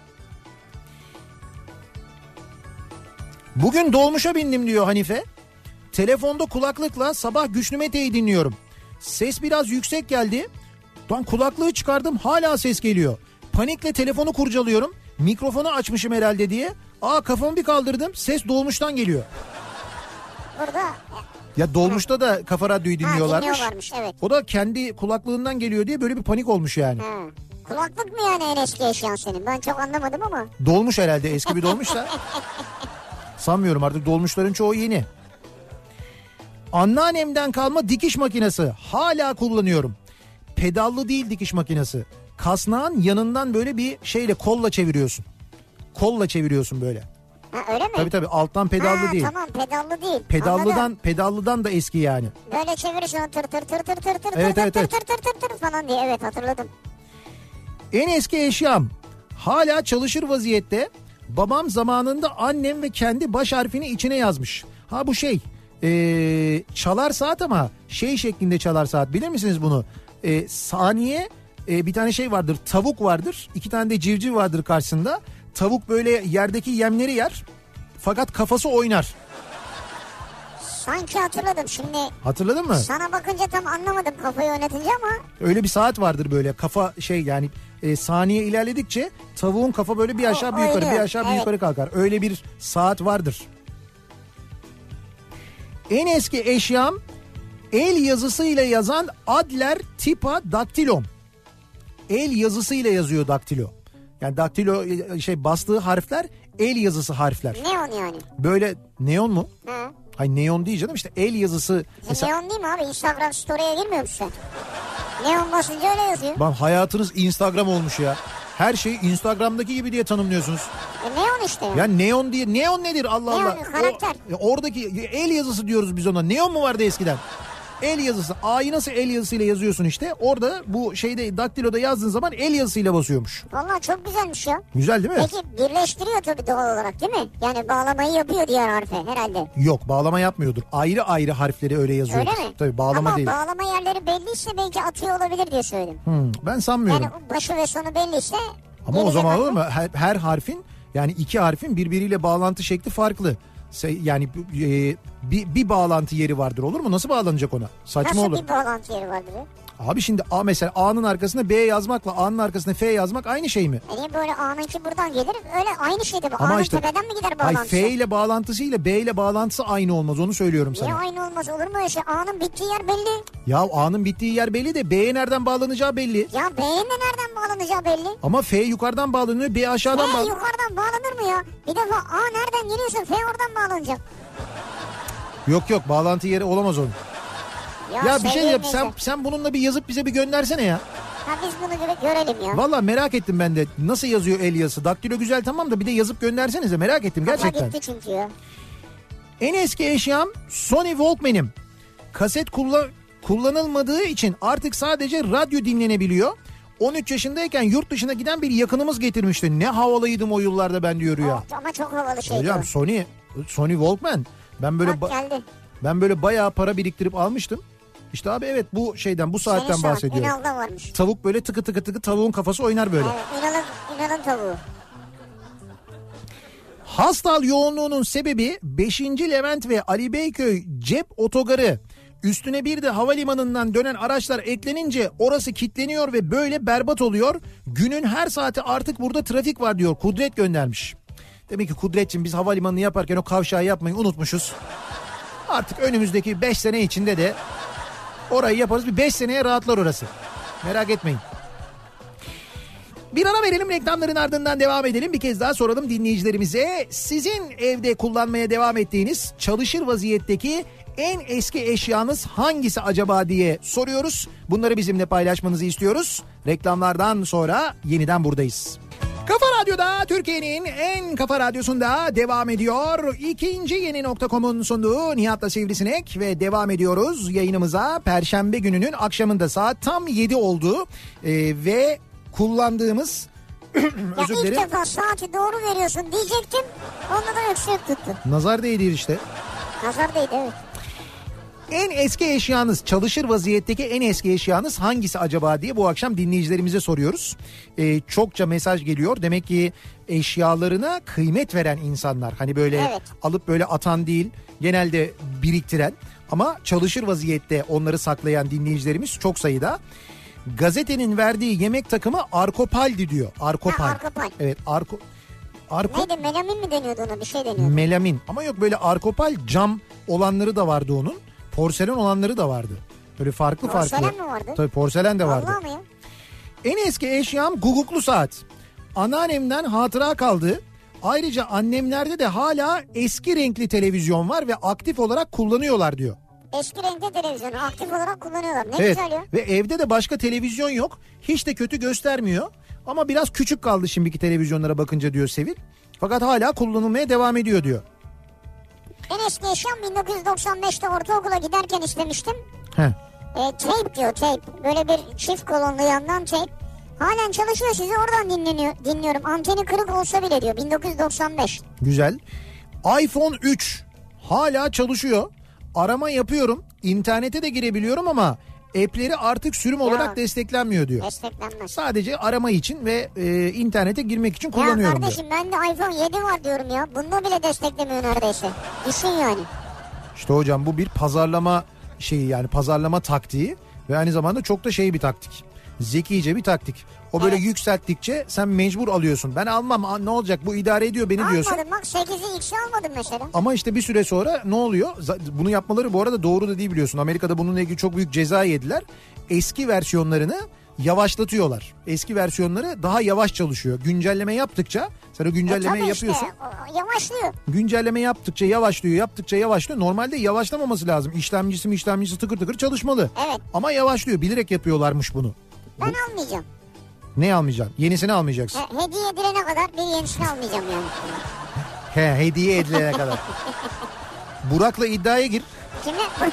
Bugün dolmuşa bindim diyor Hanife. Telefonda kulaklıkla sabah Güçlü Mete'yi dinliyorum. Ses biraz yüksek geldi. Ben kulaklığı çıkardım, hala ses geliyor. Panikle telefonu kurcalıyorum. Mikrofonu açmışım herhalde diye. Kafamı bir kaldırdım, ses dolmuştan geliyor. Burada. Ya dolmuşta da Kafa Radyo'yu dinliyorlarmış. Dinliyorlarmış, evet. O da kendi kulaklığından geliyor diye böyle bir panik olmuş yani. Kulaklık mı yani en eski eşyan senin? Ben çok anlamadım ama. Dolmuş herhalde, eski bir dolmuşsa. Sanmıyorum, artık dolmuşların çoğu yeni. Anneannemden kalma dikiş makinesi hala kullanıyorum. Pedallı değil dikiş makinesi. Kasnağın yanından böyle bir şeyle, kolla çeviriyorsun. Kolla çeviriyorsun böyle. Ha, öyle mi? Tabii alttan pedallı değil. Tamam, pedallı değil. Pedallıdan da eski yani. Böyle çevirirsin, tır tır tır tır tır tır evet, tır evet, tır evet. tır tır tır tır falan diye, evet hatırladım. En eski eşyam hala çalışır vaziyette. Babam zamanında annem ve kendi baş harfini içine yazmış. Ha bu şey çalar saat ama şey şeklinde çalar saat, bilir misiniz bunu? Saniye bir tane şey vardır, tavuk vardır, 2 tane de civciv vardır karşısında. Tavuk böyle yerdeki yemleri yer fakat kafası oynar. Sanki hatırladım şimdi. Hatırladın mı? Sana bakınca tam anlamadım kafayı oynatınca ama. Öyle bir saat vardır böyle, kafa şey yani saniye ilerledikçe tavuğun kafa böyle bir aşağı bir yukarı, bir aşağı bir yukarı kalkar. Öyle bir saat vardır. En eski eşyam el yazısıyla yazan Adler Tipa Daktilom. El yazısıyla yazıyor daktilo. Yani daktilo bastığı harfler el yazısı harfler. Neon yani. Böyle neon mu? Hı. Hayır neon değil canım, işte el yazısı. Mesela... Neon değil mi abi? Instagram story'e girmiyor musun sen? Neon basınca öyle yazıyor. Bak hayatınız Instagram olmuş ya. Her şeyi Instagram'daki gibi diye tanımlıyorsunuz. Neon işte. Ya neon diye. Neon nedir Allah neon, Allah. Karakter. Oradaki el yazısı diyoruz biz ona. Neon mu vardı eskiden? El yazısı. A'yı nasıl el yazısıyla yazıyorsun işte. Orada bu şeyde daktiloda yazdığın zaman el yazısıyla basıyormuş. Vallahi çok güzelmiş ya. Güzel değil mi? Peki birleştiriyor tabii doğal olarak değil mi? Yani bağlamayı yapıyor diğer harfe herhalde. Yok, bağlama yapmıyordur. Ayrı ayrı harfleri öyle yazıyordur. Öyle mi? Tabii bağlama ama değil. Ama bağlama yerleri belliyse belki atıyor olabilir diye söyledim. Ben sanmıyorum. Yani başı ve sonu belliyse. Ama o zaman olur mu? Her harfin, yani 2 harfin birbiriyle bağlantı şekli farklı. Yani bir bağlantı yeri vardır, olur mu? Nasıl bağlanacak ona? Saçma Nasıl olur. bir bağlantı yeri vardır ya? Abi şimdi mesela A'nın arkasına B yazmakla A'nın arkasına F yazmak aynı şey mi? Niye böyle A'nınki buradan gelir? Öyle aynı şeydi bu. Ama A'nın işte, tepeden mi gider bağlantısı? F ile bağlantısıyla B ile bağlantısı aynı olmaz, onu söylüyorum sana. Niye aynı olmaz, olur mu öyle şey? A'nın bittiği yer belli. Ya A'nın bittiği yer belli de B'ye nereden bağlanacağı belli. Ya B'ye de nereden bağlanacağı belli. Ama F yukarıdan bağlanıyor, B aşağıdan F bağlanıyor. yukarıdan bağlanır mı ya? Bir defa A nereden geliyorsa F oradan bağlanacak. Yok bağlantı yeri olamaz onun. Ya bir şey yap, neyse. sen bununla bir yazıp bize bir göndersene ya. Ha biz bunu görelim ya. Valla merak ettim ben de, nasıl yazıyor el yazısı. Daktilo güzel tamam da bir de yazıp göndersenize, merak ettim gerçekten. Gitti çünkü ya. En eski eşyam Sony Walkman'im. Kaset kullanılmadığı için artık sadece radyo dinlenebiliyor. 13 yaşındayken yurt dışına giden bir yakınımız getirmişti. Ne havalıydım o yıllarda ben diyor ya. Ama çok havalı şeydi. Hocam Sony Walkman. Ben böyle bayağı para biriktirip almıştım. İşte abi evet, bu şeyden, bu saatten bahsediyorum. Ünal'da varmış. Tavuk böyle tıkı tıkı tıkı, tavuğun kafası oynar böyle. Evet, Ünal'ın tavuğu. Hastal yoğunluğunun sebebi 5. Levent ve Ali Beyköy cep otogarı. Üstüne bir de havalimanından dönen araçlar eklenince orası kilitleniyor ve böyle berbat oluyor. Günün her saati artık burada trafik var diyor. Kudret göndermiş. Demek ki Kudretciğim, biz havalimanını yaparken o kavşağı yapmayı unutmuşuz. Artık önümüzdeki 5 sene içinde de orayı yaparız. Bir 5 seneye rahatlar orası. Merak etmeyin. Bir ara verelim, reklamların ardından devam edelim. Bir kez daha soralım dinleyicilerimize. Sizin evde kullanmaya devam ettiğiniz çalışır vaziyetteki en eski eşyanız hangisi acaba diye soruyoruz. Bunları bizimle paylaşmanızı istiyoruz. Reklamlardan sonra yeniden buradayız. Kafa Radyo'da, Türkiye'nin en kafa radyosunda devam ediyor. İkinci Yeni.com'un sunduğu Nihat'la Sivrisinek ve devam ediyoruz yayınımıza. Perşembe gününün akşamında saat tam 7 oldu ve kullandığımız özür dilerim. İlk defa saati doğru veriyorsun diyecektim. Onda da öksürük tuttu. Nazar değdi işte. Nazar değdi, evet. En eski eşyanız, çalışır vaziyetteki en eski eşyanız hangisi acaba diye bu akşam dinleyicilerimize soruyoruz. Çokça mesaj geliyor. Demek ki eşyalarına kıymet veren insanlar, hani böyle alıp böyle atan değil, genelde biriktiren ama çalışır vaziyette onları saklayan dinleyicilerimiz çok sayıda. Gazetenin verdiği yemek takımı Arkopal'di diyor. Arkopal. Arkopal. Evet, Neydi, melamin mi deniyordu ona, bir şey deniyordu. Melamin, ama yok böyle Arkopal cam olanları da vardı onun. Porselen olanları da vardı. Böyle farklı. Porselen mi vardı? Tabii porselen de vardı. Vallahi mi ya? En eski eşyam guguklu saat. Anneannemden hatıra kaldı. Ayrıca annemlerde de hala eski renkli televizyon var ve aktif olarak kullanıyorlar diyor. Eski renkli televizyonu aktif olarak kullanıyorlar. Ne Evet. güzel ya. Ve evde de başka televizyon yok. Hiç de kötü göstermiyor. Ama biraz küçük kaldı şimdiki televizyonlara bakınca diyor Sevil. Fakat hala kullanılmaya devam ediyor diyor. En eski eşyam 1995'te ortaokula giderken istemiştim. Tape diyor, tape. Böyle bir çift kolonlu yandan tape. Halen çalışıyor, sizi oradan dinliyorum. Anteni kırık olsa bile diyor, 1995. Güzel. iPhone 3 hala çalışıyor. Arama yapıyorum. İnternete de girebiliyorum ama app'leri artık sürüm olarak desteklenmiyor diyor. Desteklenmez. Sadece arama için ve internete girmek için kullanıyorum diyor. Ya kardeşim bende iPhone 7 var diyorum ya. Bunda bile desteklemiyor neredeyse. Düşün yani. İşte hocam bu bir pazarlama şeyi, yani pazarlama taktiği ve aynı zamanda çok da bir taktik. Zekice bir taktik. O böyle yükselttikçe sen mecbur alıyorsun. Ben almam, ne olacak, bu idare ediyor beni diyorsun. Almadım bak, 8'i X'i almadım mesela. Ama işte bir süre sonra ne oluyor? Bunu yapmaları bu arada doğru da değil, biliyorsun. Amerika'da bununla ilgili çok büyük ceza yediler. Eski versiyonlarını yavaşlatıyorlar. Eski versiyonları daha yavaş çalışıyor. Güncelleme yaptıkça, sen o güncellemeyi yapıyorsun. Işte, yavaşlıyor. Güncelleme yaptıkça yavaşlıyor. Normalde yavaşlamaması lazım. İşlemcisi tıkır tıkır çalışmalı. Evet. Ama yavaşlıyor. Bilerek yapıyorlarmış bunu. Ben almayacağım. Ne almayacaksın? Yenisini almayacaksın. Hediye edilene kadar bir yenisini almayacağım yani. Hediye edilene kadar. Burak'la iddiaya gir. Kimle?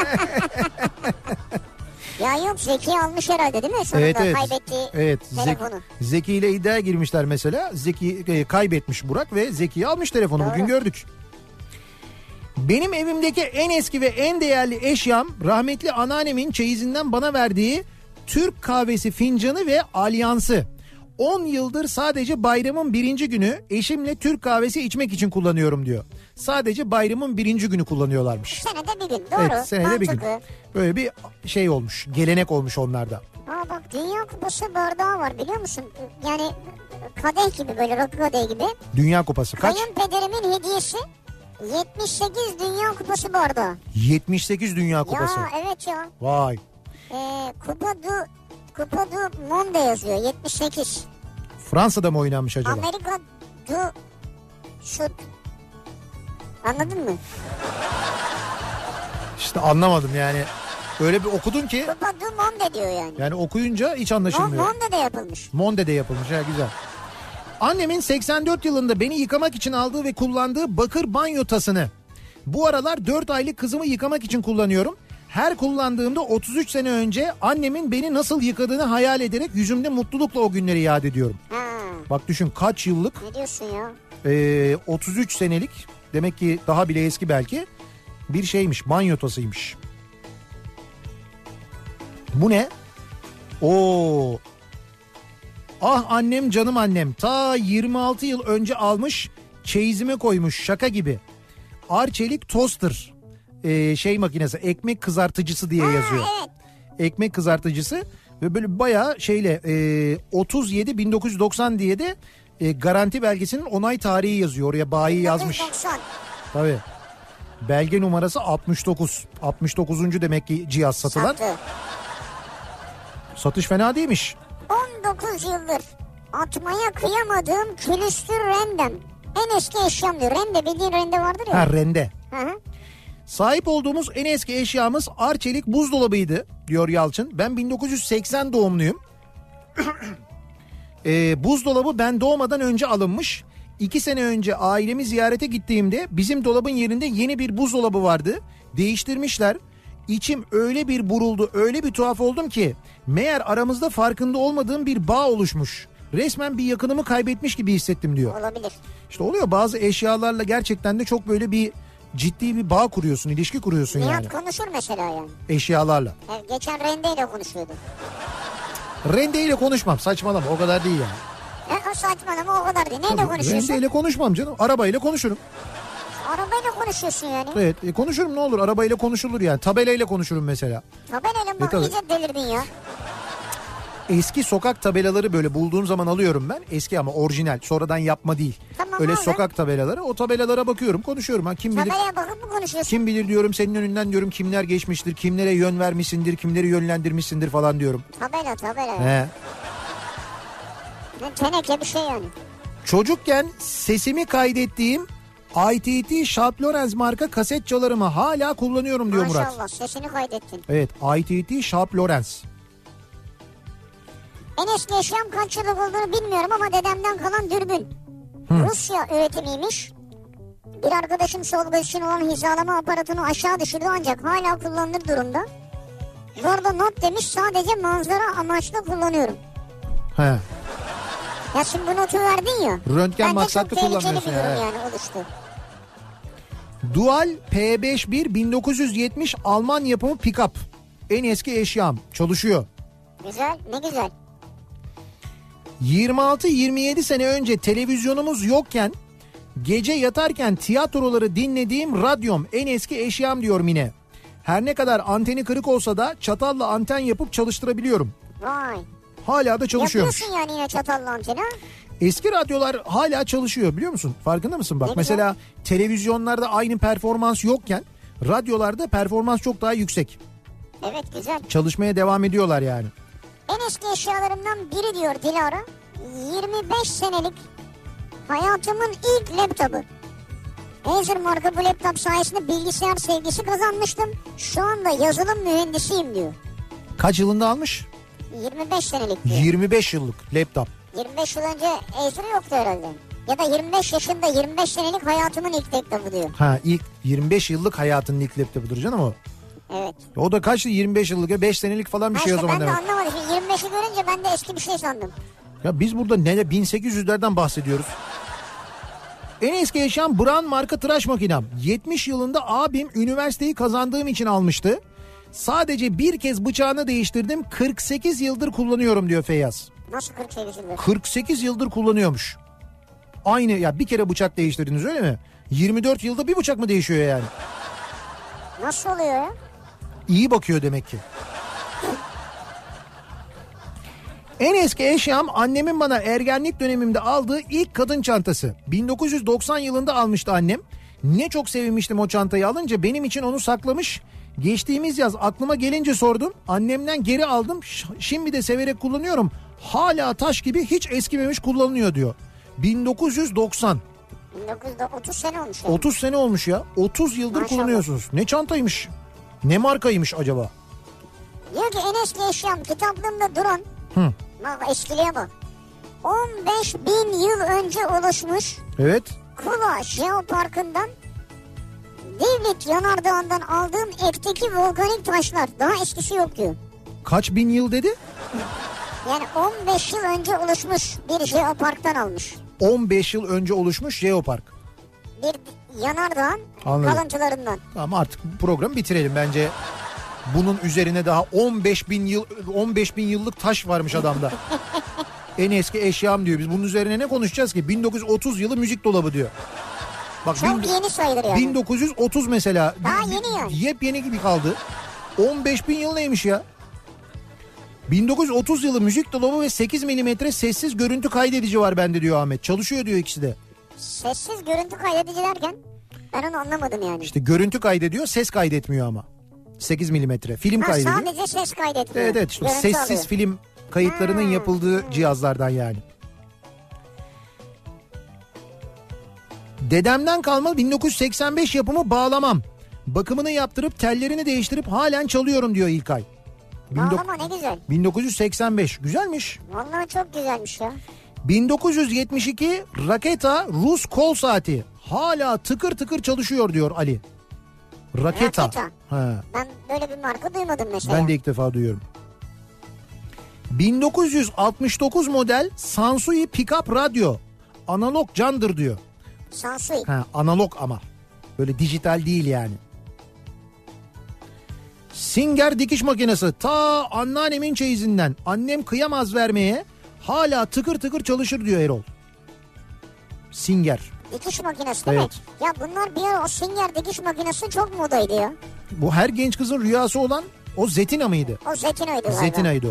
Ya yok, Zeki almış herhalde değil mi? Sonunda kaybettiği telefonu. Zeki ile iddiaya girmişler mesela. Zeki kaybetmiş Burak ve Zeki'yi almış telefonu. Doğru. Bugün gördük. Benim evimdeki en eski ve en değerli eşyam rahmetli anneannemin çeyizinden bana verdiği Türk kahvesi fincanı ve alyansı. 10 yıldır sadece bayramın 1. günü eşimle Türk kahvesi içmek için kullanıyorum diyor. Sadece bayramın 1. günü kullanıyorlarmış. Senede bir gün, doğru. Evet, senede bir gün. Böyle bir şey olmuş, gelenek olmuş onlarda. Bak, Dünya Kupası bardağı var biliyor musun? Yani kadeh gibi, böyle rakı kadehi gibi. Dünya Kupası kaç? Kayınpederimin hediyesi 78 Dünya Kupası bardağı. 78 Dünya Kupası. Ya evet ya. Vay. Kupa du Monde yazıyor, 78. Fransa'da mı oynanmış acaba? Amerika du Sud. Anladın mı? İşte anlamadım yani. Öyle bir okudun ki. Kupa du Monde diyor yani. Yani okuyunca hiç anlaşılmıyor. Monde'de yapılmış. Monde'de yapılmış, ha güzel. Annemin 84 yılında beni yıkamak için aldığı ve kullandığı bakır banyo tasını bu aralar 4 aylık kızımı yıkamak için kullanıyorum. Her kullandığımda 33 sene önce annemin beni nasıl yıkadığını hayal ederek yüzümde mutlulukla o günleri yad ediyorum. Bak düşün, kaç yıllık. Ne diyorsun ya? 33 senelik, demek ki daha bile eski belki, bir şeymiş, banyo tasıymış. Bu ne? Oo. Ah annem, canım annem, ta 26 yıl önce almış, çeyizime koymuş, şaka gibi. Arçelik toaster makinesi, ekmek kızartıcısı diye yazıyor. Evet. Ekmek kızartıcısı ve böyle bayağı 37.1990 diye de garanti belgesinin onay tarihi yazıyor, oraya bayi yazmış. 1990. Tabii. Belge numarası 69. 69. demek ki cihaz satılan. Satış fena değilmiş. 19 yıldır atmaya kıyamadığım külüstür rendem. En eski eşyam diyor. Rende, bildiğin rende vardır ya. Rende. Hı. Sahip olduğumuz en eski eşyamız Arçelik buzdolabıydı diyor Yalçın. Ben 1980 doğumluyum. Buzdolabı ben doğmadan önce alınmış. 2 sene önce ailemi ziyarete gittiğimde bizim dolabın yerinde yeni bir buzdolabı vardı. Değiştirmişler. İçim öyle bir buruldu, öyle bir tuhaf oldum ki meğer aramızda farkında olmadığım bir bağ oluşmuş. Resmen bir yakınımı kaybetmiş gibi hissettim diyor. Olabilir. İşte oluyor, bazı eşyalarla gerçekten de çok böyle bir ciddi bir bağ kuruyorsun, ilişki kuruyorsun Nihat yani. Nihat konuşur mesela yani. Eşyalarla. Geçen rendeyle konuşuyordu. Rendeyle konuşmam, saçmalama, o kadar değil yani. O saçmalama, o kadar değil. Neyle konuşuyorsun? Rendeyle konuşmam canım, arabayla konuşurum. Arabayla konuşuyorsun yani. Evet, konuşurum, ne olur, arabayla konuşulur yani. Tabelayla konuşurum mesela. Tabelayla bak, iyice delirdin ya. Eski sokak tabelaları böyle bulduğum zaman alıyorum ben. Eski ama orijinal, sonradan yapma değil. Tamam, öyle abi. Sokak tabelaları, o tabelalara bakıyorum, konuşuyorum. Ha, kim bilir, tabelaya bakıp mı konuşuyorsun? Kim bilir diyorum, senin önünden diyorum kimler geçmiştir, kimlere yön vermişsindir, kimleri yönlendirmişsindir falan diyorum. Tabela. He. Ne teneke bir şey yani. Çocukken sesimi kaydettiğim ITT Sharp Lorenz marka kaset çalarımı hala kullanıyorum diyor Murat. Maşallah, sesini kaydettin. Evet, ITT Sharp Lorenz. En eski eşyam kaç yıllık olduğunu bilmiyorum ama dedemden kalan dürbün. Rusya üretimiymiş. Bir arkadaşım sol için olan hizalama aparatını aşağı düşürdü ancak hala kullanılır durumda. Orada not demiş, sadece manzara amaçlı kullanıyorum. He. Ya şimdi bu notu verdin ya. Röntgen maksatlı kullanıyorsun. Bence çok tehlikeli bir durum yani oluştu. Dual P51 1970 Alman yapımı pick-up. En eski eşyam. Çalışıyor. Güzel, ne güzel. 26-27 sene önce televizyonumuz yokken gece yatarken tiyatroları dinlediğim radyom en eski eşyam diyor Mine. Her ne kadar anteni kırık olsa da çatalla anten yapıp çalıştırabiliyorum. Vay. Hala da çalışıyormuş. Yapıyorsun yani yine çatalla anteni. Eski radyolar hala çalışıyor, biliyor musun? Farkında mısın? Bak mesela televizyonlarda aynı performans yokken radyolarda performans çok daha yüksek. Evet, güzel. Çalışmaya devam ediyorlar yani. En eski eşyalarımdan biri diyor Dilara. 25 senelik hayatımın ilk laptopu. Acer marka bu laptop sayesinde bilgisayar sevgisi kazanmıştım. Şu anda yazılım mühendisiyim diyor. Kaç yılında almış? 25 senelik diyor. 25 yıllık laptop. 25 yıl önce Acer yoktu herhalde. Ya da 25 yaşında 25 senelik hayatımın ilk laptopu diyor. Ha, ilk 25 yıllık hayatının ilk laptopudur canım o. Evet. O da kaçtı, 25 yıllık ya, 5 senelik falan bir şey o zaman. Ben de anlamadım. 25'i görünce ben de eski bir şey sandım. Ya biz burada 1800'lerden bahsediyoruz. En eski eşyam Braun marka tıraş makinem. 70 yılında abim üniversiteyi kazandığım için almıştı. Sadece bir kez bıçağını değiştirdim. 48 yıldır kullanıyorum diyor Feyyaz. Nasıl 48 yıldır? 48 yıldır kullanıyormuş. Aynı ya, bir kere bıçak değiştirdiniz öyle mi? 24 yılda bir bıçak mı değişiyor yani? Nasıl oluyor ya? İyi bakıyor demek ki. En eski eşyam annemin bana ergenlik dönemimde aldığı ilk kadın çantası. 1990 yılında almıştı annem. Ne çok sevinmiştim o çantayı alınca, benim için onu saklamış. Geçtiğimiz yaz aklıma gelince sordum. Annemden geri aldım. Şimdi de severek kullanıyorum. Hala taş gibi, hiç eskimemiş, kullanılıyor diyor. 1990. 30 sene olmuş. Yani. 30 sene olmuş ya. 30 yıldır Maşallah. kullanıyorsunuz. Ne çantaymış? Ne markaymış acaba? Diyor ki en eski eşyam kitaplığımda duran. Bak eskiliğe bak. 15 bin yıl önce oluşmuş. Evet. Kula Jeoparkı'ndan Divlit Yanardağı'ndan aldığım ekteki volkanik taşlar. Daha eskisi yok diyor. Kaç bin yıl dedi? Yani 15 yıl önce oluşmuş bir Jeopark'tan almış. 15 yıl önce oluşmuş Jeopark. Bir yanardağın kalıntılarından. Tamam, artık programı bitirelim bence. Bunun üzerine daha 15 bin yıllık taş varmış adamda. En eski eşyam diyor. Biz bunun üzerine ne konuşacağız ki? 1930 yılı müzik dolabı diyor. Bak, çok yeni sayılır yani. 1930 mesela. Daha yeni yani. Yepyeni gibi kaldı. 15 bin yıl neymiş ya? 1930 yılı müzik dolabı ve 8 milimetre sessiz görüntü kaydedici var bende diyor Ahmet. Çalışıyor diyor ikisi de. Sessiz görüntü kaydedici derken ben onu anlamadım yani. İşte görüntü kaydediyor, ses kaydetmiyor ama. 8 milimetre film kaydediyor. Sadece ses kaydetmiyor. Evet işte görüntü sessiz alıyor. film kayıtlarının yapıldığı cihazlardan yani. Dedemden kalma 1985 yapımı bağlamam. Bakımını yaptırıp tellerini değiştirip halen çalıyorum diyor İlkay. Bağlama ne güzel. 1985 güzelmiş. Vallahi çok güzelmiş ya. 1972 Raketa Rus kol saati. Hala tıkır tıkır çalışıyor diyor Ali. Raketa. Ha. Ben böyle bir marka duymadım mesela. Ben de ilk defa duyuyorum. 1969 model Sansui Pickup Radyo. Analog candır diyor. Sansui. Ha, analog ama. Böyle dijital değil yani. Singer dikiş makinesi ta anneannemin çeyizinden, annem kıyamaz vermeye, hala tıkır tıkır çalışır diyor Erol. Singer. Dikiş makinesi değil mi? Ya bunlar bir ara o Singer dikiş makinesi çok modaydı ya. Bu her genç kızın rüyası olan o Zetina mıydı? O Zetina'ydı galiba. Zetina'ydı o.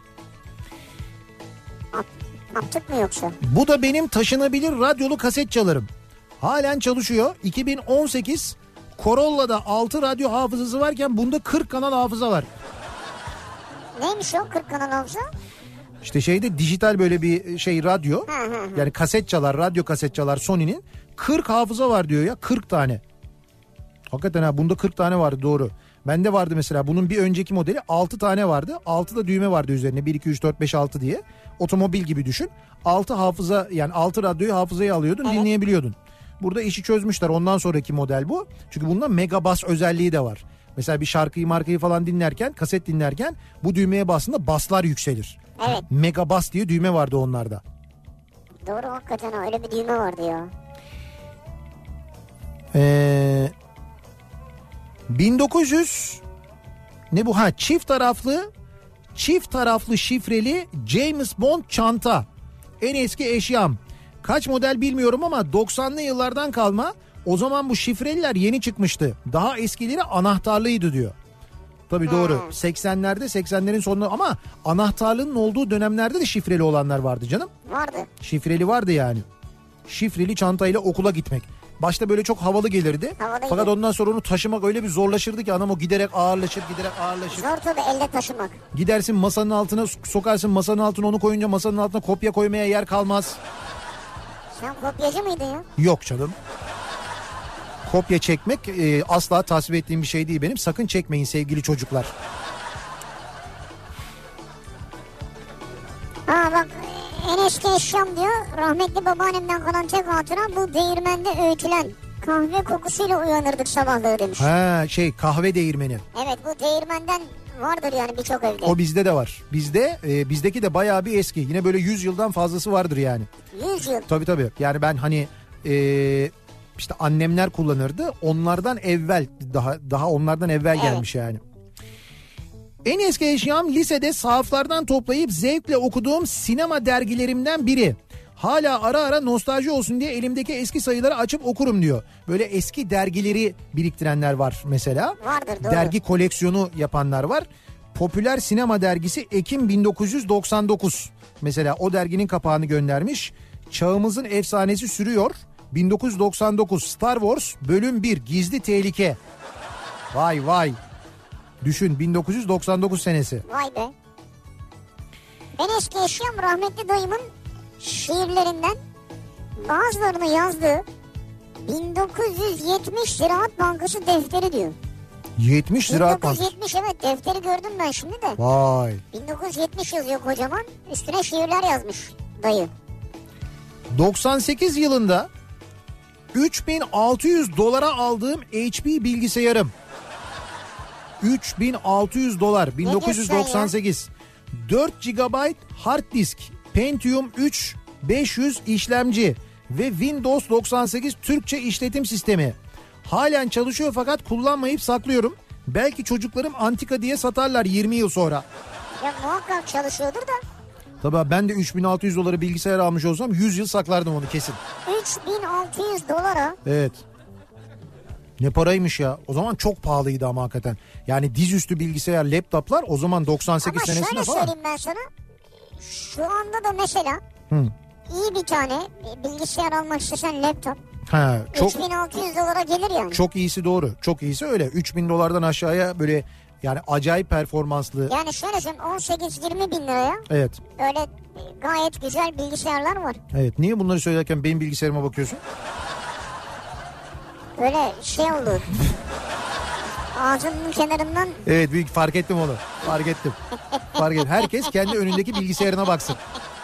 Attık mı yoksa? Bu da benim taşınabilir radyolu kaset çalarım. Halen çalışıyor. 2018 Corolla'da 6 radyo hafızası varken bunda 40 kanal hafıza var. Neymiş o 40 kanal hafıza? İşte şeyde dijital böyle bir şey radyo. Yani kaset çalar, radyo kaset çalar Sony'nin. 40 hafıza var diyor ya, 40 tane. Hakikaten ha, bunda 40 tane vardı, doğru. Bende vardı mesela, bunun bir önceki modeli 6 tane vardı. 6 da düğme vardı üzerine, 1 2 3 4 5 6 diye. Otomobil gibi düşün. 6 hafıza, yani 6 radyoyu hafızaya alıyordun, evet, dinleyebiliyordun. Burada işi çözmüşler, ondan sonraki model bu. Çünkü bunda megabass özelliği de var. Mesela bir şarkıyı falan dinlerken, kaset dinlerken bu düğmeye bastığında baslar yükselir. Evet. Megabass diye düğme vardı onlarda. Doğru, hakikaten öyle bir düğme vardı ya. 1900 ne bu, çift taraflı şifreli James Bond çanta. En eski eşyam. Kaç model bilmiyorum ama 90'lı yıllardan kalma. O zaman bu şifreliler yeni çıkmıştı. Daha eskileri anahtarlıydı diyor. Tabii doğru. 80'lerin sonunda ama anahtarlığının olduğu dönemlerde de şifreli olanlar vardı canım. Vardı. Şifreli vardı yani. Şifreli çantayla okula gitmek. Başta böyle çok havalı gelirdi. Fakat ondan sonra onu taşımak öyle bir zorlaşırdı ki anam, o giderek ağırlaşır. Zor tabii elde taşımak. Gidersin masanın altına sokarsın, masanın altına onu koyunca masanın altına kopya koymaya yer kalmaz. Sen kopyacı mıydın ya? Yok canım. Kopya çekmek asla tasvip ettiğim bir şey değil benim. Sakın çekmeyin sevgili çocuklar. Bak, en eski eşyam diyor, rahmetli babaannemden kalan tek hatıra bu değirmende öğütülen kahve kokusuyla uyanırdık sabahları demiş. Kahve değirmeni. Evet, bu değirmenden vardır yani birçok evde. O bizde de var. Bizdeki de bayağı bir eski. Yine böyle 100 yıldan fazlası vardır yani. 100 yıl? Tabii. Yani ben hani işte annemler kullanırdı. Onlardan evvel, daha onlardan evvel gelmiş yani. En eski eşyam lisede sahaflardan toplayıp zevkle okuduğum sinema dergilerimden biri. Hala ara ara nostalji olsun diye elimdeki eski sayıları açıp okurum diyor. Böyle eski dergileri biriktirenler var mesela. Vardır, doğru. Dergi koleksiyonu yapanlar var. Popüler Sinema Dergisi Ekim 1999. Mesela o derginin kapağını göndermiş. Çağımızın efsanesi sürüyor. 1999 Star Wars bölüm 1 Gizli Tehlike. Vay. Düşün, 1999 senesi. Vay be. En eski eşyam rahmetli dayımın şiirlerinden bazılarını yazdığı 1970 Ziraat Bankası defteri diyor. 70 Ziraat Bankası. 1970, evet, defteri gördüm ben şimdi de. Vay. 1970 yazıyor kocaman, üstüne şiirler yazmış dayı. 98 yılında $3.600 aldığım HP bilgisayarım. $3.600 1998. 4 GB hard disk, Pentium 3 500 işlemci ve Windows 98 Türkçe işletim sistemi. Halen çalışıyor fakat kullanmayıp saklıyorum. Belki çocuklarım antika diye satarlar 20 yıl sonra. Ya muhakkak çalışıyordur da. Tabii ben de $3.600 bilgisayar almış olsam 100 yıl saklardım onu kesin. $3.600. Evet. Ne paraymış ya. O zaman çok pahalıydı ama hakikaten. Yani dizüstü bilgisayar, laptoplar o zaman 98 ama senesinde falan. Ama şöyle söyleyeyim ben sana. Şu anda da mesela iyi bir tane bilgisayar almak istesen laptop. $3.600 gelir yani. Çok iyisi doğru. Çok iyisi öyle. $3.000'dan aşağıya böyle yani acayip performanslı. Yani şöyle söyleyeyim, 18-20 bin liraya. Evet. Öyle gayet güzel bilgisayarlar var. Evet. Niye bunları söylerken benim bilgisayarıma bakıyorsun? Böyle şey oldu. Ağzının kenarından. Evet, fark ettim onu. Fark ettim. Herkes kendi önündeki bilgisayarına baksın.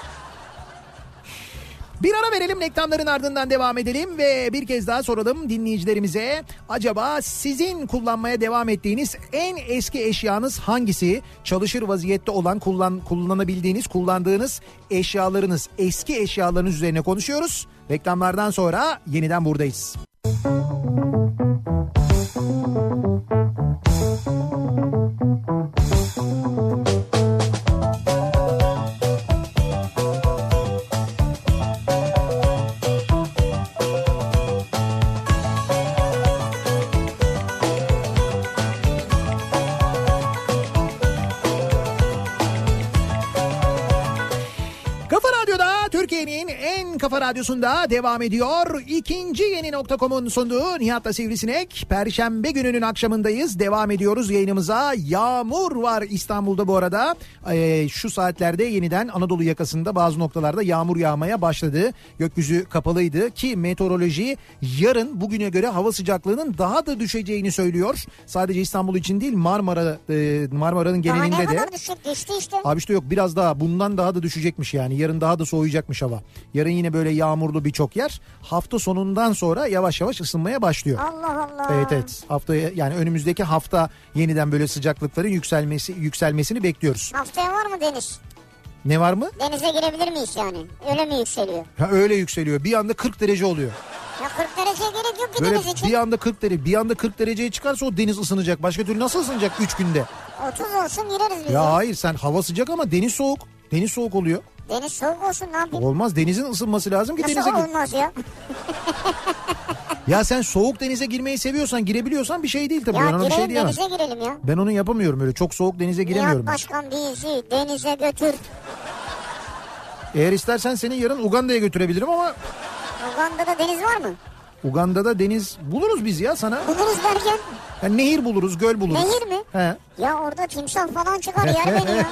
Bir ara verelim, reklamların ardından devam edelim ve bir kez daha soralım dinleyicilerimize. Acaba sizin kullanmaya devam ettiğiniz en eski eşyanız hangisi? Çalışır vaziyette olan kullanabildiğiniz, kullandığınız eşyalarınız, eski eşyalarınız üzerine konuşuyoruz. Reklamlardan sonra yeniden buradayız. Türkiye'nin en kafa radyosunda devam ediyor. İkinci yeni nokta.com'un sunduğu Nihat'la Sivrisinek. Perşembe gününün akşamındayız. Devam ediyoruz yayınımıza. Yağmur var İstanbul'da bu arada. Şu saatlerde yeniden Anadolu yakasında bazı noktalarda yağmur yağmaya başladı. Gökyüzü kapalıydı ki meteoroloji yarın bugüne göre hava sıcaklığının daha da düşeceğini söylüyor. Sadece İstanbul için değil Marmara'nın genelinde de. Daha ne kadar düştü işte. Abi işte yok, biraz daha bundan daha da düşecekmiş yani. Yarın daha da soğuyacakmış hava. Yarın yine böyle yağmurlu birçok yer. Hafta sonundan sonra yavaş yavaş ısınmaya başlıyor. Allah Allah. Evet. Haftaya, yani önümüzdeki hafta yeniden böyle sıcaklıkların yükselmesini bekliyoruz. Haftaya var mı deniz? Ne var mı? Denize girebilir miyiz yani? Öyle mi yükseliyor? Ha, öyle yükseliyor. Bir anda 40 derece oluyor. Ya 40 dereceye gerek yok ki Böyle deniz için. bir anda 40 dereceye çıkarsa o deniz ısınacak. Başka türlü nasıl ısınacak 3 günde? 30 olsun gireriz biz. Ya hayır, sen hava sıcak ama deniz soğuk. Deniz soğuk oluyor. Deniz soğuk olsun, ne yapayım? Olmaz, denizin ısınması lazım ki nasıl denize gir. olmaz ya? Ya sen soğuk denize girmeyi seviyorsan, girebiliyorsan bir şey değil tabii. Ya ben ona bir şey girelim, diyemem. denize girelim ya. Ben onu yapamıyorum, öyle çok soğuk denize giremiyorum. Nihat Başkan bizi denize götür. Eğer istersen seni yarın Uganda'ya götürebilirim ama... Uganda'da deniz var mı? Uganda'da deniz buluruz biz ya sana. Buluruz derken? Yani nehir buluruz, göl buluruz. Nehir mi? He. Ya orada timsah falan çıkar, yer beni ya.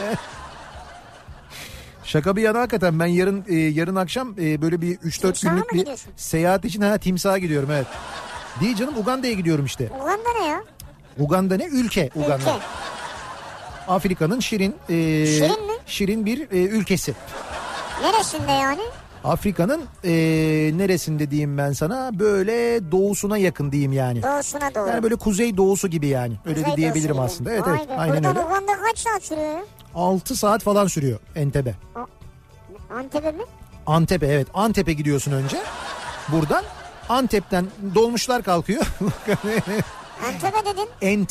Şaka bir yana hakikaten ben yarın akşam böyle bir 3-4 günlük bir seyahat için timsaha gidiyorum, evet. Değil canım, Uganda'ya gidiyorum işte. Uganda ne ya? Uganda ne? Ülke. Uganda. Afrika'nın şirin mi? Şirin bir ülkesi. Neresinde yani? Afrika'nın neresinde diyeyim ben sana, böyle doğusuna yakın diyeyim yani. Doğusuna doğru. Yani böyle kuzey doğusu gibi yani. Öyle de diyebilirim aslında. Evet, evet, aynen öyle. Buradan Uganda kaç saat sürüyor? 6 saat falan sürüyor Entebbe. Antep'e mi? Antep'e, evet. Antep'e gidiyorsun önce. Buradan Antep'ten dolmuşlar kalkıyor. Entebbe dedin.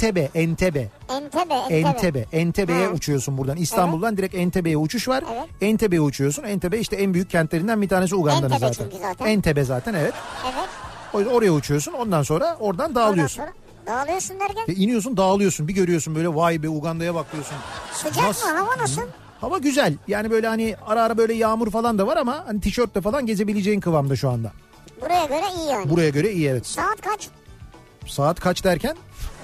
Entebe'ye uçuyorsun buradan. İstanbul'dan direkt Entebe'ye uçuş var. Evet. Entebe'ye uçuyorsun. Entebbe işte en büyük kentlerinden bir tanesi Uganda'nın Entebbe zaten. çünkü zaten. Entebbe zaten, evet. Evet. Oraya uçuyorsun. Ondan sonra oradan dağılıyorsun. Dağılıyorsun derken? İniyorsun, dağılıyorsun. Bir görüyorsun böyle, vay be Uganda'ya bak diyorsun. Sıcak mı? Hava nasıl? Hava güzel. Yani böyle hani ara ara böyle yağmur falan da var ama hani tişörtle falan gezebileceğin kıvamda şu anda. Buraya göre iyi yani. Buraya göre iyi, evet. Saat kaç? Saat kaç derken?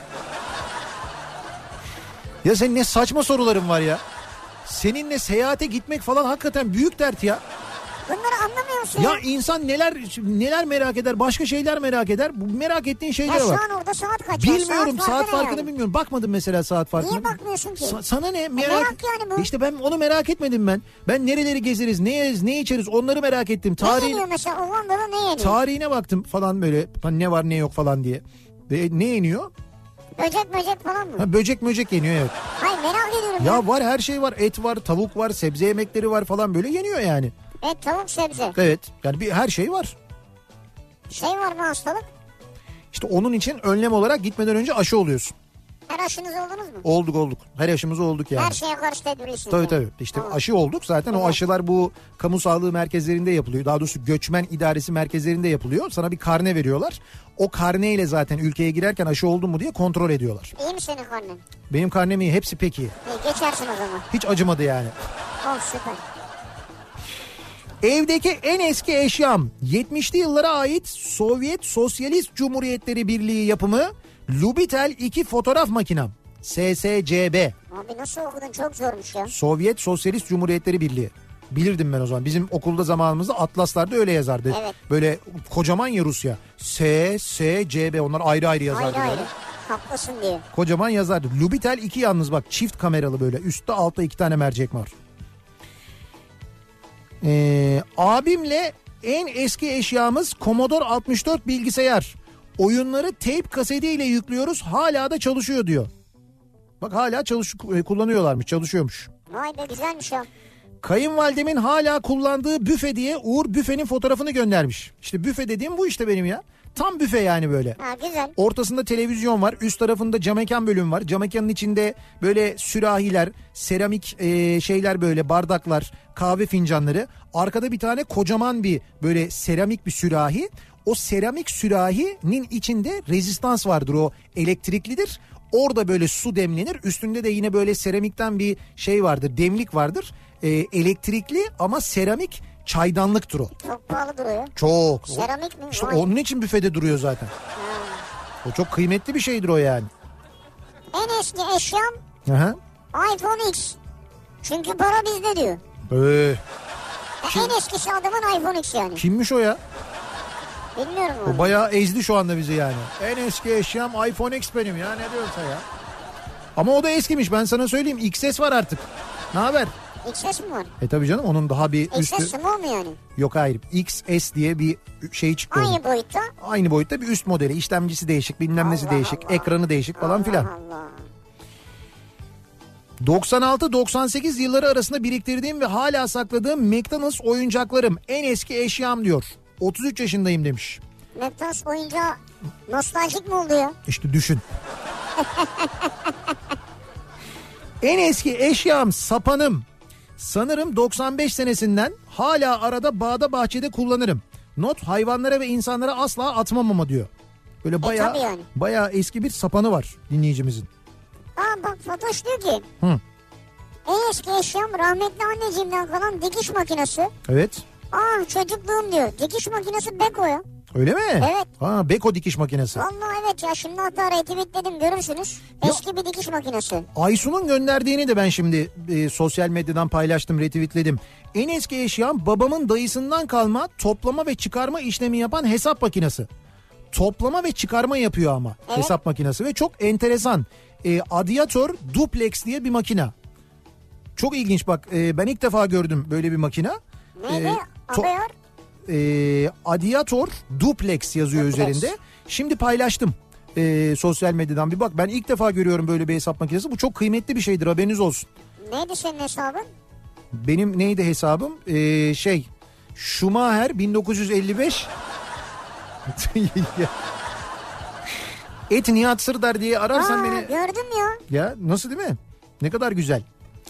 Ya senin ne saçma soruların var ya. Seninle seyahate gitmek falan hakikaten büyük dert ya. Bunları anlamıyor musun? Ya insan neler merak eder, başka şeyler merak eder. Bu merak ettiğin şeylere bak. Ya şu an orada saat kaç? Bilmiyorum, saat farkını yani bilmiyorum. Bakmadım mesela saat farkına. Niye bakmıyorsun ki? Sana ne? Merak yani bu. İşte ben onu merak etmedim ben. Ben nereleri gezeriz, ne yeriz, ne içeriz onları merak ettim. Ne yeniyor mesela Uganda'da, ne yeniyor? Tarihine baktım falan böyle, ne var ne yok falan diye. Ne yeniyor? Böcek falan mı? Ha, böcek yeniyor, evet. Hayır, merak ediyorum ya. Var, her şey var. Et var, tavuk var, sebze yemekleri var falan, böyle yeniyor yani. Et, tavuk, sebze. Evet, yani her şey var. Şey var mı, hastalık? İşte onun için önlem olarak gitmeden önce aşı oluyorsun. Her aşınız oldunuz mu? Olduk. Her aşımızı olduk yani. Her şeye karşı tedbirlisiniz. Tabii. İşte aşı olduk zaten. Evet. O aşılar bu kamu sağlığı merkezlerinde yapılıyor. Daha doğrusu göçmen idaresi merkezlerinde yapılıyor. Sana bir karne veriyorlar. O karneyle zaten ülkeye girerken aşı oldun mu diye kontrol ediyorlar. İyi mi senin karnen? Benim karnem iyi. Hepsi pek iyi. Geçersin o zaman. Hiç acımadı yani. Oh, süper. Evdeki en eski eşyam 70'li yıllara ait Sovyet Sosyalist Cumhuriyetleri Birliği yapımı Lubitel 2 fotoğraf makinem. SSCB. Abi nasıl okudun, çok zormuş ya. Sovyet Sosyalist Cumhuriyetleri Birliği. Bilirdim ben o zaman. Bizim okulda zamanımızda atlaslarda öyle yazardı. Evet. Böyle kocaman ya Rusya. SSCB, onlar ayrı ayrı yazardı. Ayrı böyle. Haklısın diye. Kocaman yazardı. Lubitel 2 yalnız bak, çift kameralı böyle. Üstte altta 2 tane mercek var. Abimle en eski eşyamız Commodore 64 bilgisayar. Oyunları tape kasetiyle yüklüyoruz, hala da çalışıyor diyor. Bak hala kullanıyorlarmış, çalışıyormuş. Vay be, güzelmiş ya. Kayınvalidemin hala kullandığı büfe diye Uğur büfenin fotoğrafını göndermiş. İşte büfe dediğim bu işte benim ya. Tam büfe yani böyle. Ha, güzel. Ortasında televizyon var. Üst tarafında camekan bölüm var. Camekanın içinde böyle sürahiler, seramik şeyler, böyle bardaklar, kahve fincanları. Arkada bir tane kocaman bir böyle seramik bir sürahi. O seramik sürahinin içinde rezistans vardır, o elektriklidir. Orada böyle su demlenir. Üstünde de yine böyle seramikten bir şey vardır, demlik vardır. Elektrikli ama seramik Çaydanlıktır o. Çok pahalı duruyor. Çok. Seramik mi? İşte Vay. onun için büfede duruyor zaten. O çok kıymetli bir şeydir o yani. En eski eşyam Aha. iPhone X. Çünkü para bizde diyor. En eskisi adamın iPhone X yani. Kimmiş o ya? Bilmiyorum onu. O bayağı ezdi şu anda bizi yani. En eski eşyam iPhone X benim ya, ne diyorsa ya. Ama o da eskimiş, ben sana söyleyeyim. XS var artık. Ne haber? XS mi var? Tabii canım, onun daha bir üstü. XS small mu yani? Yok hayır. XS diye bir şey çıktı. Aynı boyutta? Aynı boyutta bir üst modeli. İşlemcisi değişik, bilmem nesi değişik. Allah. Ekranı değişik falan filan. Allah. 96-98 yılları arasında biriktirdiğim ve hala sakladığım McDonald's oyuncaklarım en eski eşyam diyor. 33 yaşındayım demiş. McDonald's oyuncağı nostaljik mi oldu ya? İşte düşün. En eski eşyam sapanım. Sanırım 95 senesinden, hala arada bağda bahçede kullanırım. Not, hayvanlara ve insanlara asla atmam ama diyor. Böyle bayağı yani. Bayağı eski bir sapanı var dinleyicimizin. Bak Fatoş diyor ki. Hı. En eski eşyam rahmetli anneciğimden kalan dikiş makinesi. Evet. Çocukluğum diyor. Dikiş makinesi Beko ya. Öyle mi? Evet. Beko dikiş makinesi. Vallahi evet ya, şimdi hatta retweetledim, görürsünüz. Eski bir dikiş makinesi. Aysun'un gönderdiğini de ben şimdi sosyal medyadan paylaştım, retweetledim. En eski eşyam babamın dayısından kalma toplama ve çıkarma işlemi yapan hesap makinesi. Toplama ve çıkarma yapıyor ama hesap makinesi ve çok enteresan. Adiator Duplex diye bir makina. Çok ilginç bak, ben ilk defa gördüm böyle bir makina. Neydi? Adiator Duplex yazıyor üzerinde. Şimdi paylaştım sosyal medyadan, bir bak, ben ilk defa görüyorum böyle bir hesap makinesi. Bu çok kıymetli bir şeydir, haberiniz olsun. Neydi senin hesabın? Benim neydi hesabım? Schumacher 1955 Nihat Sırdar diye ararsan beni. Gördüm ya. Ya nasıl, değil mi? Ne kadar güzel.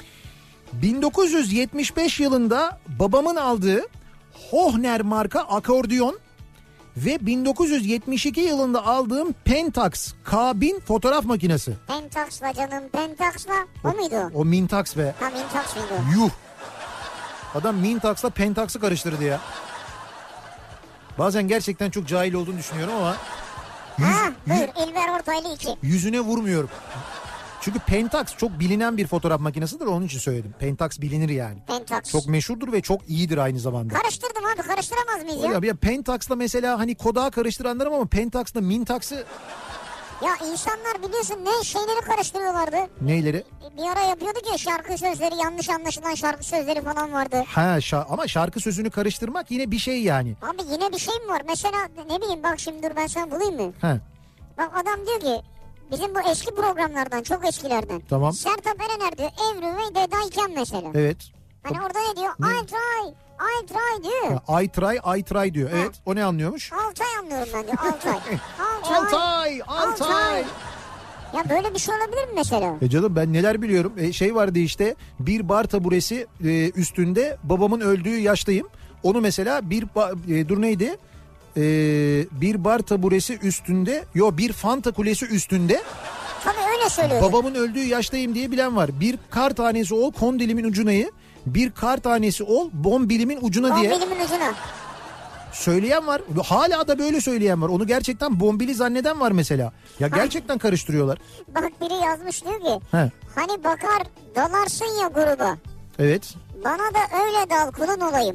1975 yılında babamın aldığı Hohner marka akordiyon ve 1972 yılında aldığım Pentax K1000 fotoğraf makinesi. Pentax'la canım, Pentax'la o muydu o? O Mintax be. Mintax mıydı? Yuh. Adam Mintax'la Pentax'ı karıştırdı ya. Bazen gerçekten çok cahil olduğunu düşünüyorum ama. Buyur İlber Ortaylı 2. Yüzüne vurmuyorum. Çünkü Pentax çok bilinen bir fotoğraf makinesidir, onun için söyledim. Pentax bilinir yani. Pentax. Çok meşhurdur ve çok iyidir aynı zamanda. Karıştırdım abi, karıştıramaz mıyız ya? Pentax'la mesela hani Kodak'ı karıştıranlarım ama Pentax'la Mintax'ı... Ya insanlar biliyorsun ne şeyleri karıştırıyorlardı. Neyleri? Bir ara yapıyorduk ya, şarkı sözleri, yanlış anlaşılan şarkı sözleri falan vardı. Ama şarkı sözünü karıştırmak yine bir şey yani. Abi yine bir şey mi var? Mesela ne bileyim, bak şimdi dur ben sana bulayım mı? Bak adam diyor ki, bizim bu eski programlardan, çok eskilerden. Tamam. Sertab Erener diyor, Evrim ve Dedayken mesela. Evet. Hani orada ne diyor? I try diyor. I try diyor. Evet. O ne anlıyormuş? Altay anlıyorum ben diyor. Altay. Ya böyle bir şey olabilir mi mesela? Canım ben neler biliyorum. Şey vardı işte, bir bar taburesi üstünde babamın öldüğü yaştayım. Onu mesela bir bar taburesi üstünde, bir Fanta kulesi üstünde. Tabii öyle söylüyor. Babamın öldüğü yaştayım diye bilen var. Bir kar tanesi ol kondilimin ucunayı, bir kar tanesi ol bombilimin ucuna diye. Bombilimin ucuna. Söyleyen var. Hala da böyle söyleyen var. Onu gerçekten bombili zanneden var mesela. Ya gerçekten karıştırıyorlar. Bak biri yazmış diyor ki. Hani bakar dalarsın ya gruba. Evet. Bana da öyle dal, kulun olayım.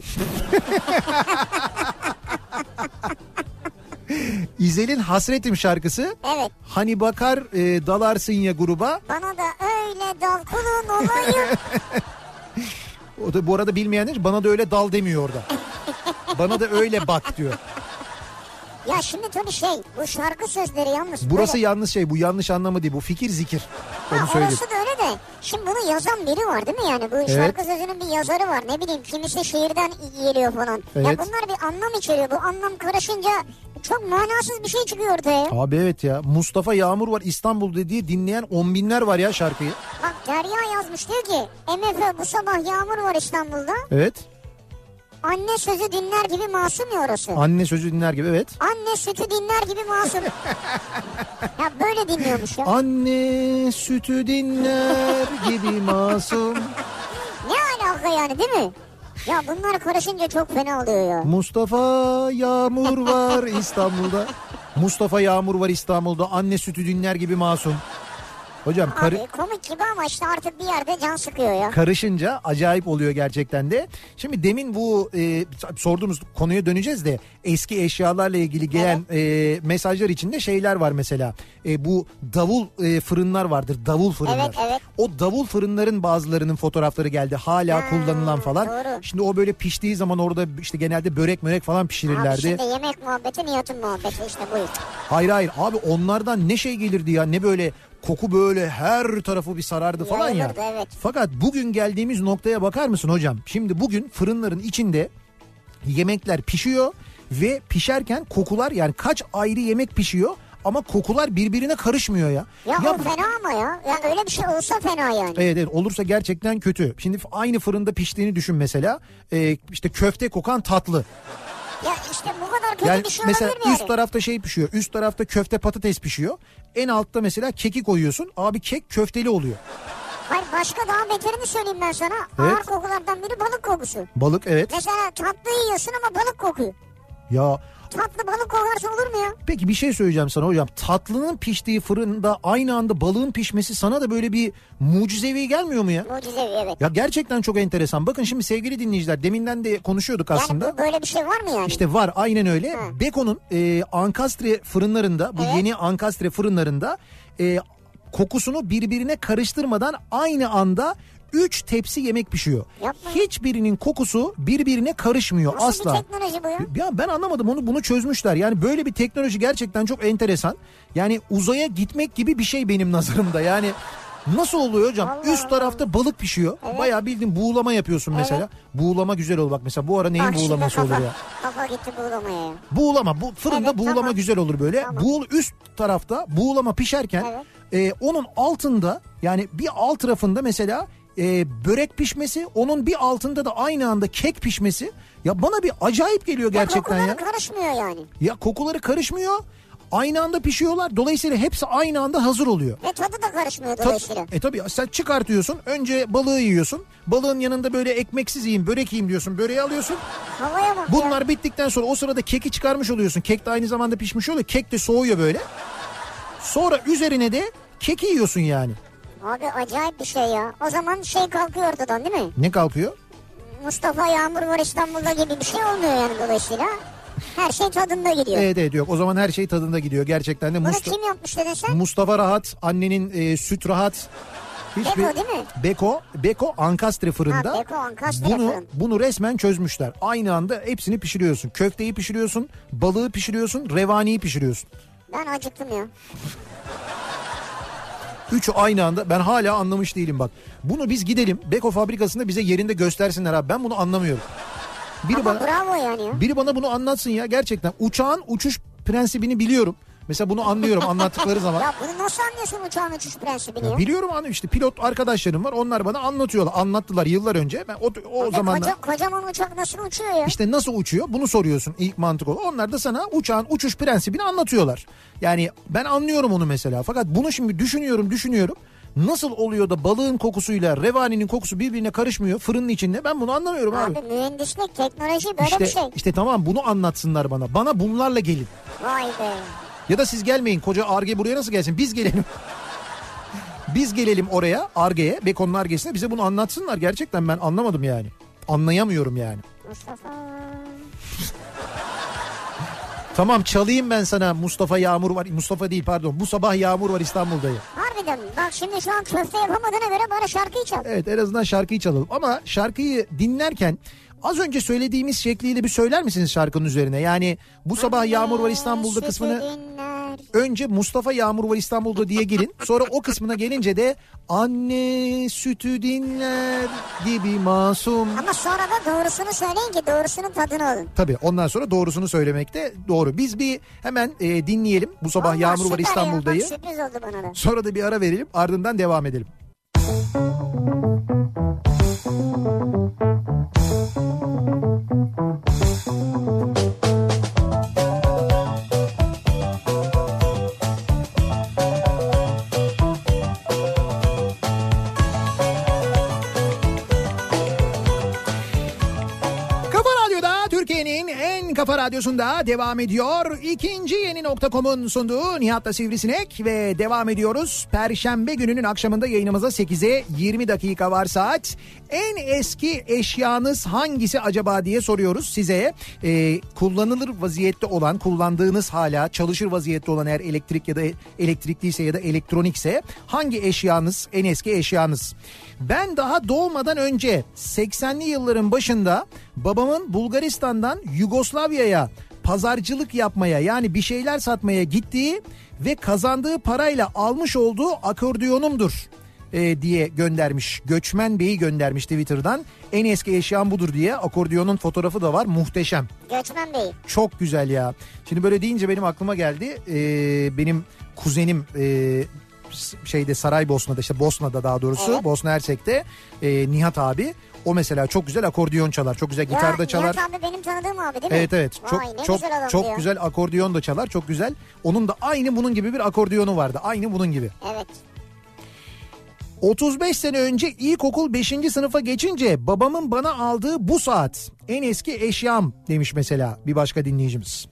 İzel'in Hasretim şarkısı. Evet. Hani bakar dalarsın ya gruba. Bana da öyle dal, kulun olayım. O da bu arada bilmeyenler, bana da öyle dal demiyor orada. Bana da öyle bak diyor. Ya şimdi tabii bu şarkı sözleri yalnız. Burası böyle... yalnız bu yanlış anlamı değil, bu fikir zikir. Orası da öyle de. Şimdi bunu yazan biri var değil mi yani? Bu şarkı sözünün bir yazarı var. Ne bileyim, kimisi şiirden geliyor falan. Evet. Ya bunlar bir anlam içeriyor. Bu anlam karışınca çok manasız bir şey çıkıyor ortaya. Abi evet ya. Mustafa Yağmur var İstanbul'da diye dinleyen 10 binler var ya şarkıyı. Bak Derya yazmış, diyor ki MF bu sabah yağmur var İstanbul'da. Evet. Anne sözü dinler gibi masum ya orası. Anne sözü dinler gibi, evet. Anne sütü dinler gibi masum. Ya böyle dinliyormuş ya. Anne sütü dinler gibi masum. Ne alaka yani, değil mi? Ya bunlar karışınca çok fena oluyor ya. Mustafa Yağmur var İstanbul'da. Mustafa Yağmur var İstanbul'da. Anne sütü dinler gibi masum. Hocam abi komik gibi ama işte artık bir yerde can sıkıyor ya. Karışınca acayip oluyor gerçekten de. Şimdi demin bu sorduğumuz konuya döneceğiz de eski eşyalarla ilgili gelen mesajlar içinde şeyler var mesela. Bu davul fırınlar vardır. Davul fırınlar. Evet. O davul fırınların bazılarının fotoğrafları geldi. Hala kullanılan falan. Doğru. Şimdi o böyle piştiği zaman orada işte genelde börek falan pişirirlerdi. Abi şimdi yemek muhabbeti Nihat'ın muhabbeti işte buyur. Hayır abi onlardan ne şey gelirdi ya, ne böyle koku böyle her tarafı bir sarardı falan ya. Evet. Fakat bugün geldiğimiz noktaya bakar mısın hocam? Şimdi bugün fırınların içinde yemekler pişiyor ve pişerken kokular, yani kaç ayrı yemek pişiyor ama kokular birbirine karışmıyor ya. Ya o fena ama ya. Ya öyle bir şey olsa fena yani. Evet olursa gerçekten kötü. Şimdi aynı fırında piştiğini düşün mesela. İşte köfte kokan tatlı. Ya işte bu kadar kötü Yani bir şey mesela olabilir mi üst tarafta şey pişiyor. Üst tarafta köfte patates pişiyor. En altta mesela keki koyuyorsun. Abi kek köfteli oluyor. Hayır, başka daha beterini söyleyeyim ben sana. Evet. Ağır kokulardan biri balık kokusu. Balık, evet. Mesela tatlı yiyorsun ama balık kokuyor. Ya Tatlı balık kokarsa olur mu ya? peki bir şey söyleyeceğim sana hocam. Tatlının piştiği fırında aynı anda balığın pişmesi sana da böyle bir mucizevi gelmiyor mu ya? Mucizevi, evet. Ya gerçekten çok enteresan. Bakın şimdi sevgili dinleyiciler, deminden de konuşuyorduk aslında. Yani böyle bir şey var mı yani? İşte var, aynen öyle. Beko'nun Ankastre fırınlarında, bu yeni Ankastre fırınlarında kokusunu birbirine karıştırmadan aynı anda 3 tepsi yemek pişiyor. Yapma. Hiçbirinin kokusu birbirine karışmıyor. Nasıl asla. bir teknoloji bu ya? Ya ben anlamadım, bunu çözmüşler. Yani böyle bir teknoloji gerçekten çok enteresan. Yani uzaya gitmek gibi bir şey benim nazarımda. Yani nasıl oluyor hocam? Allah Üst tarafta balık pişiyor. Evet. Bayağı bildiğin buğulama yapıyorsun mesela. Evet. Buğulama güzel olur bak mesela. Bu ara neyin Bak şimdi buğulaması olur ya? Kafa gitti buğulamaya ya. Buğulama, bu fırında Evet, buğulama tamam. güzel olur böyle. Tamam. Üst tarafta buğulama pişerken onun altında, yani bir alt tarafında mesela börek pişmesi, onun bir altında da aynı anda kek pişmesi. Ya bana bir acayip geliyor gerçekten ya. Kokuları karışmıyor yani. Ya kokuları karışmıyor. Aynı anda pişiyorlar. Dolayısıyla hepsi aynı anda hazır oluyor. Ve tadı da karışmıyor dolayısıyla. Tabii sen çıkartıyorsun. Önce balığı yiyorsun. Balığın yanında böyle ekmeksiz yiyeyim, börek yiyeyim diyorsun. Böreği alıyorsun. Havaya bak Bunlar ya. bittikten sonra o sırada keki çıkarmış oluyorsun. Kek de aynı zamanda pişmiş oluyor. Kek de soğuyor böyle. Sonra üzerine de keki yiyorsun yani. Abi acayip bir şey ya. O zaman şey kalkıyor ortadan değil mi? Ne kalkıyor? Mustafa Yağmur var İstanbul'da gibi bir şey olmuyor yani dolayısıyla. Her şey tadında gidiyor. Evet yok. O zaman her şey tadında gidiyor. Gerçekten de Bunu kim yapmış dedin sen? Mustafa rahat. Annenin süt rahat. Beko değil mi? Beko Ankastre fırında. Ha, Beko Ankastre fırın. Bunu resmen çözmüşler. Aynı anda hepsini pişiriyorsun. Köfteyi pişiriyorsun, balığı pişiriyorsun, revaniyi pişiriyorsun. Ben acıktım ya. Üçü aynı anda, ben hala anlamış değilim bak. Bunu biz gidelim Beko fabrikasında bize yerinde göstersinler abi. Ben bunu anlamıyorum. Ama bravo yani ya. Biri bana bunu anlatsın ya gerçekten. Uçağın uçuş prensibini biliyorum. Mesela bunu anlıyorum anlattıkları zaman. Ya bunu nasıl anlıyorsun uçağın uçuş prensibini ya? Biliyorum işte pilot arkadaşlarım var, onlar bana anlatıyorlar. Anlattılar yıllar önce. Ben o zamanlar. Kocaman uçak nasıl uçuyor ya? İşte nasıl uçuyor bunu soruyorsun ilk mantık olarak. Onlar da sana uçağın uçuş prensibini anlatıyorlar. Yani ben anlıyorum onu mesela. Fakat bunu şimdi düşünüyorum. Nasıl oluyor da balığın kokusuyla revaninin kokusu birbirine karışmıyor fırının içinde? Ben bunu anlamıyorum abi. Abi mühendislik, teknoloji böyle bir şey. İşte tamam, bunu anlatsınlar bana. Bana bunlarla gelin. Vay be. Ya da siz gelmeyin, koca Ar-Ge buraya nasıl gelsin? Biz gelelim. Biz gelelim oraya, Ar-Ge'ye, Beko'nun Ar-Ge'sine, bize bunu anlatsınlar. Gerçekten ben anlamadım yani. Anlayamıyorum yani. Mustafa. Tamam, çalayım ben sana Mustafa Yağmur var. Mustafa değil pardon. Bu sabah Yağmur var İstanbul'dayım. Harbiden bak şimdi şu an köfte yapamadığına göre bana şarkıyı çal. Evet, en azından şarkıyı çalalım. Ama şarkıyı dinlerken az önce söylediğimiz şekliyle bir söyler misiniz şarkının üzerine? Yani bu sabah Yağmur var İstanbul'da kısmını önce Mustafa Yağmur var İstanbul'da diye girin. Sonra o kısmına gelince de anne sütü dinler gibi masum. Ama sonra da doğrusunu söyleyin ki doğrusunun tadını alın. Tabii ondan sonra doğrusunu söylemek de doğru. Biz bir hemen dinleyelim bu sabah Vallahi Yağmur var İstanbul'dayı. Ya, sürpriz oldu bana da. Sonra da bir ara verelim, ardından devam edelim. Modern Kafa Radyosu'nda devam ediyor. İkinci yeni nokta.com'un sunduğu Nihat'la Sivrisinek ve devam ediyoruz. Perşembe gününün akşamında yayınımıza 8'e 20 dakika var saat. En eski eşyanız hangisi acaba diye soruyoruz size. Kullanılır vaziyette olan, kullandığınız hala çalışır vaziyette olan, eğer elektrik ya da elektrikliyse ya da elektronikse hangi eşyanız en eski eşyanız? Ben daha doğmadan önce 80'li yılların başında babamın Bulgaristan'dan Yugoslavya'ya pazarcılık yapmaya, yani bir şeyler satmaya gittiği ve kazandığı parayla almış olduğu akordiyonumdur diye göndermiş. Göçmen Bey'i göndermiş Twitter'dan. En eski eşyam budur diye. Akordiyonun fotoğrafı da var, muhteşem. Göçmen Bey. Çok güzel ya. Şimdi böyle deyince benim aklıma geldi. Benim kuzenim Saraybosna'da, işte Bosna'da daha doğrusu, evet. Bosna Hersek'te Nihat abi. O mesela çok güzel akordiyon çalar. Çok güzel gitar da çalar. Nihat abi benim tanıdığım abi değil mi? Evet evet. Çok güzel akordiyon da çalar. Çok güzel. Onun da aynı bunun gibi bir akordiyonu vardı. Aynı bunun gibi. Evet. 35 sene önce ilkokul 5. sınıfa geçince babamın bana aldığı bu saat en eski eşyam demiş mesela bir başka dinleyicimiz.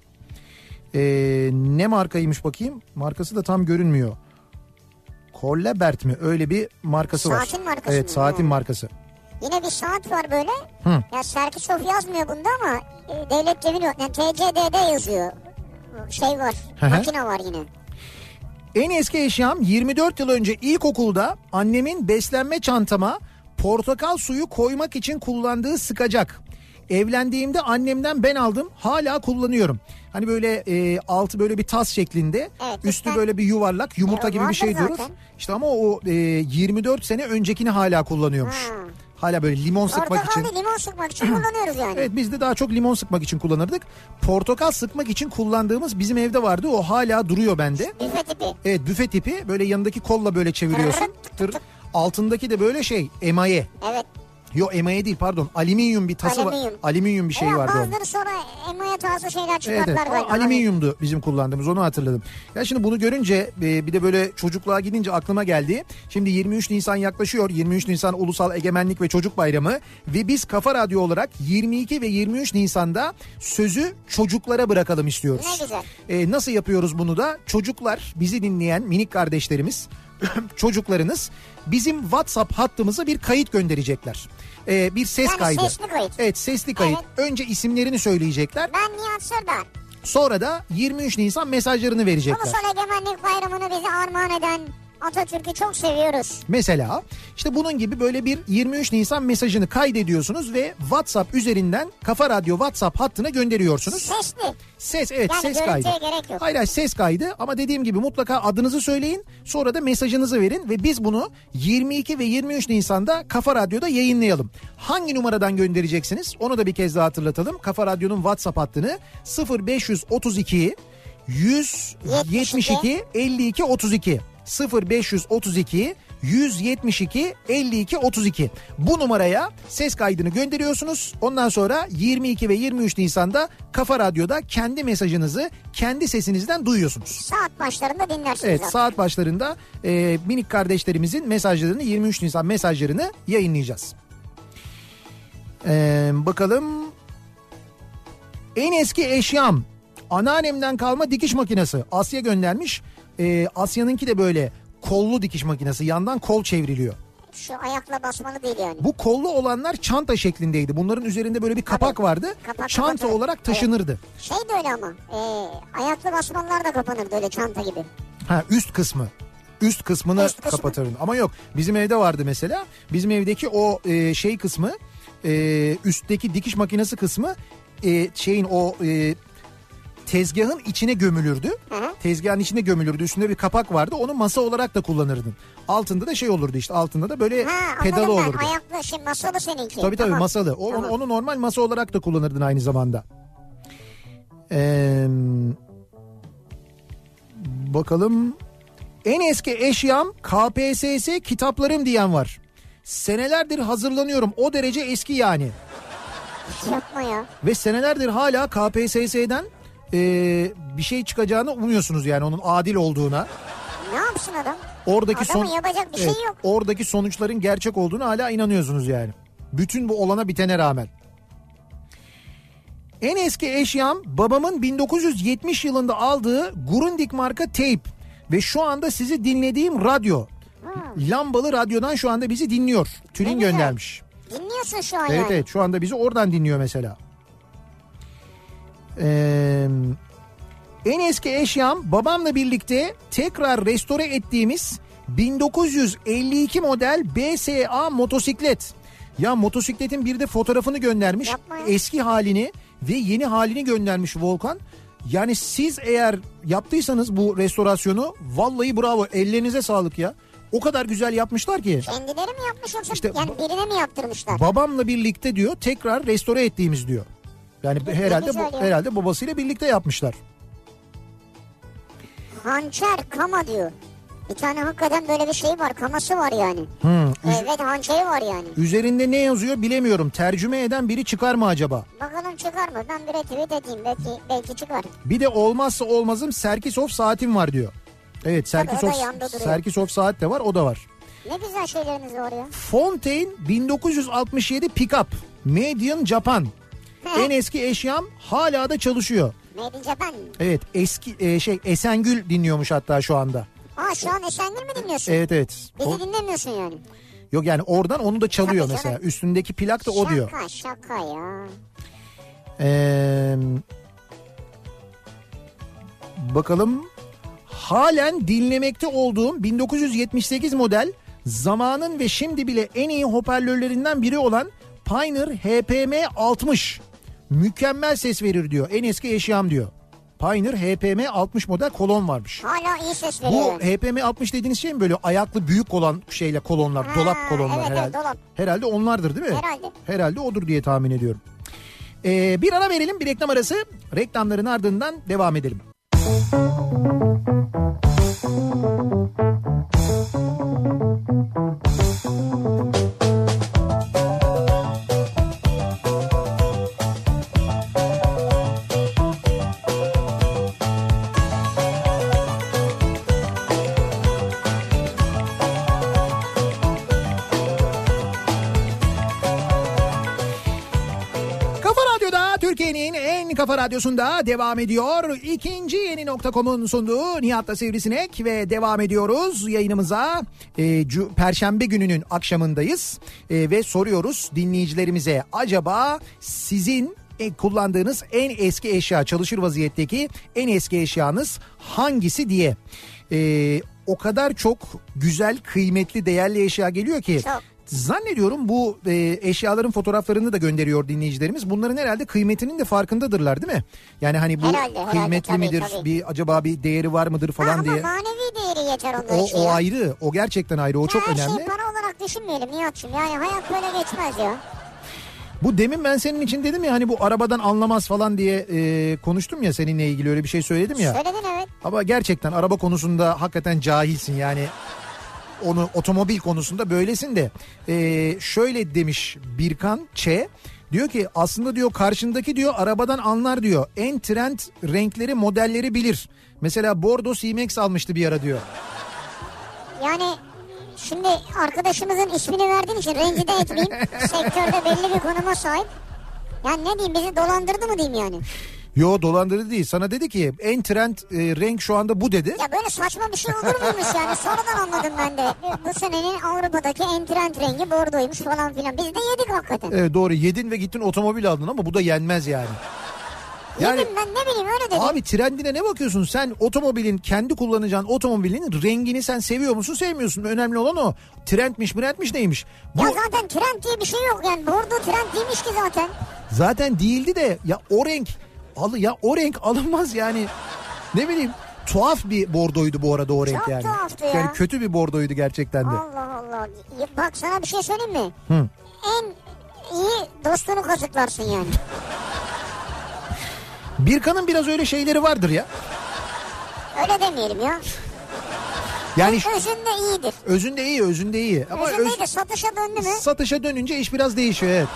Ne markaymış bakayım? Markası da tam görünmüyor. Collabert mi? Öyle bir markası var. Saatin markası. Evet, saatin markası. Yine bir saat var böyle. Ya Serkisov yazmıyor bunda ama devlet cebine, yani TCDD yazıyor. Şey var. Makine var yine. En eski eşyam 24 yıl önce ilkokulda annemin beslenme çantama portakal suyu koymak için kullandığı sıkacak. Evlendiğimde annemden ben aldım, hala kullanıyorum. Hani böyle altı böyle bir tas şeklinde, evet, üstü böyle bir yuvarlak yumurta gibi bir şey durur. İşte ama o 24 sene öncekini hala kullanıyormuş. Hala böyle limon sıkmak için. Limon sıkmak için kullanıyoruz yani. Evet, biz de daha çok limon sıkmak için kullanırdık. Portakal sıkmak için kullandığımız bizim evde vardı. O hala duruyor bende. Büfe tipi. Evet, büfe tipi. Böyle yanındaki kolla böyle çeviriyorsun. Altındaki de böyle emaye. Evet. Yok, emaye değil, pardon. Alüminyum bir tası var. Alüminyum bir şey vardı. Bazıları sonra emaye tarzı şeyler çıkarttılar. Evet. Alüminyumdu bizim kullandığımız, onu hatırladım. Ya şimdi bunu görünce bir de böyle çocukluğa gidince aklıma geldi. Şimdi 23 Nisan yaklaşıyor. 23 Nisan Ulusal Egemenlik ve Çocuk Bayramı. Ve biz Kafa Radyo olarak 22 ve 23 Nisan'da sözü çocuklara bırakalım istiyoruz. Ne güzel. Nasıl yapıyoruz bunu da? Çocuklar, bizi dinleyen minik kardeşlerimiz, çocuklarınız bizim WhatsApp hattımıza bir kayıt gönderecekler. Bir ses kaydı. Sesli kayıt. Evet, sesli kayıt. Evet. Önce isimlerini söyleyecekler. Ben Nihat Sırdar. Sonra da 23 Nisan mesajlarını verecekler. Ulusal Egemenlik Bayramı'nı bize armağan eden Atatürk'ü çok seviyoruz. Mesela işte bunun gibi böyle bir 23 Nisan mesajını kaydediyorsunuz ve WhatsApp üzerinden Kafa Radyo WhatsApp hattına gönderiyorsunuz. Sesli. Evet, yani ses kaydı. Gerek yok. Hayır, ses kaydı ama dediğim gibi mutlaka adınızı söyleyin, sonra da mesajınızı verin ve biz bunu 22 ve 23 Nisan'da Kafa Radyo'da yayınlayalım. Hangi numaradan göndereceksiniz? Onu da bir kez daha hatırlatalım. Kafa Radyo'nun WhatsApp hattını 0532 172 52 32 0532 172 52 32. Bu numaraya ses kaydını gönderiyorsunuz. Ondan sonra 22 ve 23 Nisan'da Kafa Radyo'da kendi mesajınızı kendi sesinizden duyuyorsunuz. Saat başlarında dinlersiniz. Evet, saat başlarında minik kardeşlerimizin mesajlarını, 23 Nisan mesajlarını yayınlayacağız. Bakalım. En eski eşyam anneannemden kalma dikiş makinesi. Asya göndermiş. Asya'nınki de böyle kollu dikiş makinesi, yandan kol çevriliyor. Şu ayakla basmalı değil yani. Bu kollu olanlar çanta şeklindeydi. Bunların üzerinde böyle bir kapak vardı. Çanta olarak taşınırdı. Evet. Şey de öyle ama ayaklı basmalılar da kapanırdı öyle çanta gibi. Üst kısmı. Üst kısmını kapatırdın. Ama yok, bizim evde vardı mesela. Bizim evdeki o kısmı, üstteki dikiş makinesi kısmı tezgahın içine gömülürdü. Hı-hı. Tezgahın içine gömülürdü. Üstünde bir kapak vardı. Onu masa olarak da kullanırdın. Altında da olurdu işte. Altında da böyle pedalı olurdu. Ayaklı masalı seninki. Tabii tamam. Masalı. Onu normal masa olarak da kullanırdın aynı zamanda. Bakalım. En eski eşyam KPSS kitaplarım diyen var. Senelerdir hazırlanıyorum. O derece eski yani. Yapma ya. Ve senelerdir hala KPSS'den bir şey çıkacağını umuyorsunuz yani, onun adil olduğuna. Ne yapsın adam? Adamın yapacak bir şey yok. Oradaki sonuçların gerçek olduğunu hala inanıyorsunuz yani. Bütün bu olana bitene rağmen. En eski eşyam babamın 1970 yılında aldığı Grundig marka teyp ve şu anda sizi dinlediğim radyo. Lambalı radyodan şu anda bizi dinliyor. Tülin göndermiş. Dinliyorsun şu an evet, yani. Evet, şu anda bizi oradan dinliyor mesela. En eski eşyam babamla birlikte tekrar restore ettiğimiz 1952 model BSA motosiklet. Ya motosikletin bir de fotoğrafını göndermiş. Eski halini ve yeni halini göndermiş Volkan. Yani siz eğer yaptıysanız bu restorasyonu vallahi bravo, ellerinize sağlık ya. O kadar güzel yapmışlar ki. Kendileri mi yapmış yoksa işte, yani birine mi yaptırmışlar? Babamla birlikte diyor tekrar restore ettiğimiz diyor. Yani herhalde babasıyla birlikte yapmışlar. Hançer kama diyor. Bir tane hakikaten böyle bir şey var, kaması var yani. Evet, hançeri var yani. Üzerinde ne yazıyor bilemiyorum. Tercüme eden biri çıkar mı acaba? Bakalım çıkar mı? Ben bir retweet edeyim, belki çıkar. Bir de olmazsa olmazım Serkisov saatim var diyor. Evet, Serkisov saat de var, o da var. Ne güzel şeyleriniz var ya. Fontaine 1967 pick-up. Made in Japan. En eski eşyam hala da çalışıyor. Made in Japan. Evet, eski Esengül dinliyormuş hatta şu anda. Şu an Esengül mi dinliyorsun? Evet. Bizi dinlemiyorsun yani. Yok yani oradan onu da çalıyor tabii mesela. Canım. Üstündeki plak da o diyor. Şaka ya. Bakalım. Halen dinlemekte olduğum 1978 model, zamanın ve şimdi bile en iyi hoparlörlerinden biri olan Pioneer HPM 60. Mükemmel ses verir diyor. En eski eşyam diyor. Pioneer HPM 60 model kolon varmış. Hala iyi ses veriyor. Bu HPM 60 dediğiniz şey mi, böyle ayaklı büyük olan kolonlar, dolap kolonlar evet, herhalde. Dolap. Herhalde onlardır değil mi? Herhalde odur diye tahmin ediyorum. Bir ara verelim, bir reklam arası. Reklamların ardından devam edelim. Türkiye'nin en kafa radyosunda devam ediyor. İkinci Yeni.com'un sunduğu Nihat'la Sivrisinek ve devam ediyoruz yayınımıza. Perşembe gününün akşamındayız ve soruyoruz dinleyicilerimize, acaba sizin kullandığınız en eski eşya, çalışır vaziyetteki en eski eşyanız hangisi diye. O kadar çok güzel, kıymetli, değerli eşya geliyor ki. Çok. Zannediyorum bu eşyaların fotoğraflarını da gönderiyor dinleyicilerimiz. Bunların herhalde kıymetinin de farkındadırlar değil mi? Yani hani bu kıymetli tabii, midir, tabii. Acaba bir değeri var mıdır falan diye. Ama manevi değeri yeter onlar için. O ayrı, o gerçekten ayrı, o çok önemli. Her şeyi para olarak düşünmeyelim Nihat'cığım, yani hayat böyle geçmez ya. Bu demin ben senin için dedim ya, hani bu arabadan anlamaz falan diye konuştum ya, seninle ilgili öyle bir şey söyledim ya. Söyledin, evet. Ama gerçekten araba konusunda hakikaten cahilsin yani. Onu otomobil konusunda böylesin de şöyle demiş Birkan Ç. Diyor ki aslında diyor karşındaki diyor arabadan anlar diyor. En trend renkleri, modelleri bilir. Mesela Bordo C-Max almıştı bir ara diyor. Yani şimdi arkadaşımızın ismini verdiğin için rencide etmeyeyim. Sektörde belli bir konuma sahip. Yani ne diyeyim, bizi dolandırdı mı diyeyim yani. Yo, dolandırıcı değil. Sana dedi ki en trend renk şu anda bu dedi. Ya böyle saçma bir şey olur muymuş yani? Sonradan anladım ben de. Bu senenin Avrupa'daki en trend rengi bordoymuş falan filan. Biz de yedik hakikaten. Evet doğru, yedin ve gittin otomobil aldın ama bu da yenmez yani. Yedim ben, ne bileyim, öyle dedim. Abi trendine ne bakıyorsun? Sen otomobilin, kendi kullanacağın otomobilin rengini sen seviyor musun, sevmiyorsun? Önemli olan o. Trendmiş neymiş? Ya zaten trend diye bir şey yok yani. Bordo trend değilmiş ki zaten. Zaten değildi de ya o renk... o renk alınmaz yani. Ne bileyim, tuhaf bir bordoydu bu arada o renk. Çok yani. Çok tuhaftı ya. Yani kötü bir bordoydu gerçekten de. Allah Allah. Bak sana bir şey söyleyeyim mi? Hı. En iyi dostunu kazıklarsın yani. Birkan'ın biraz öyle şeyleri vardır ya. Öyle demeyelim ya. Yani özünde iyidir. Özünde iyi. Ama özünde de satışa döndü mü? Satışa dönünce iş biraz değişiyor, evet.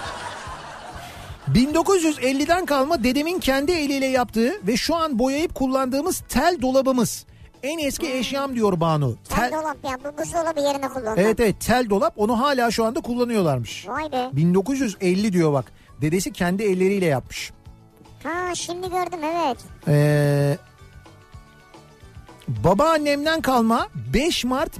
1950'den kalma dedemin kendi eliyle yaptığı ve şu an boyayıp kullandığımız tel dolabımız. En eski eşyam diyor Banu. Tel dolap ya, bu buzdolabı yerine kullanıyor. Evet tel dolap, onu hala şu anda kullanıyorlarmış. Vay be. 1950 diyor bak. Dedesi kendi elleriyle yapmış. Ha şimdi gördüm evet. Babaannemden kalma 5 Mart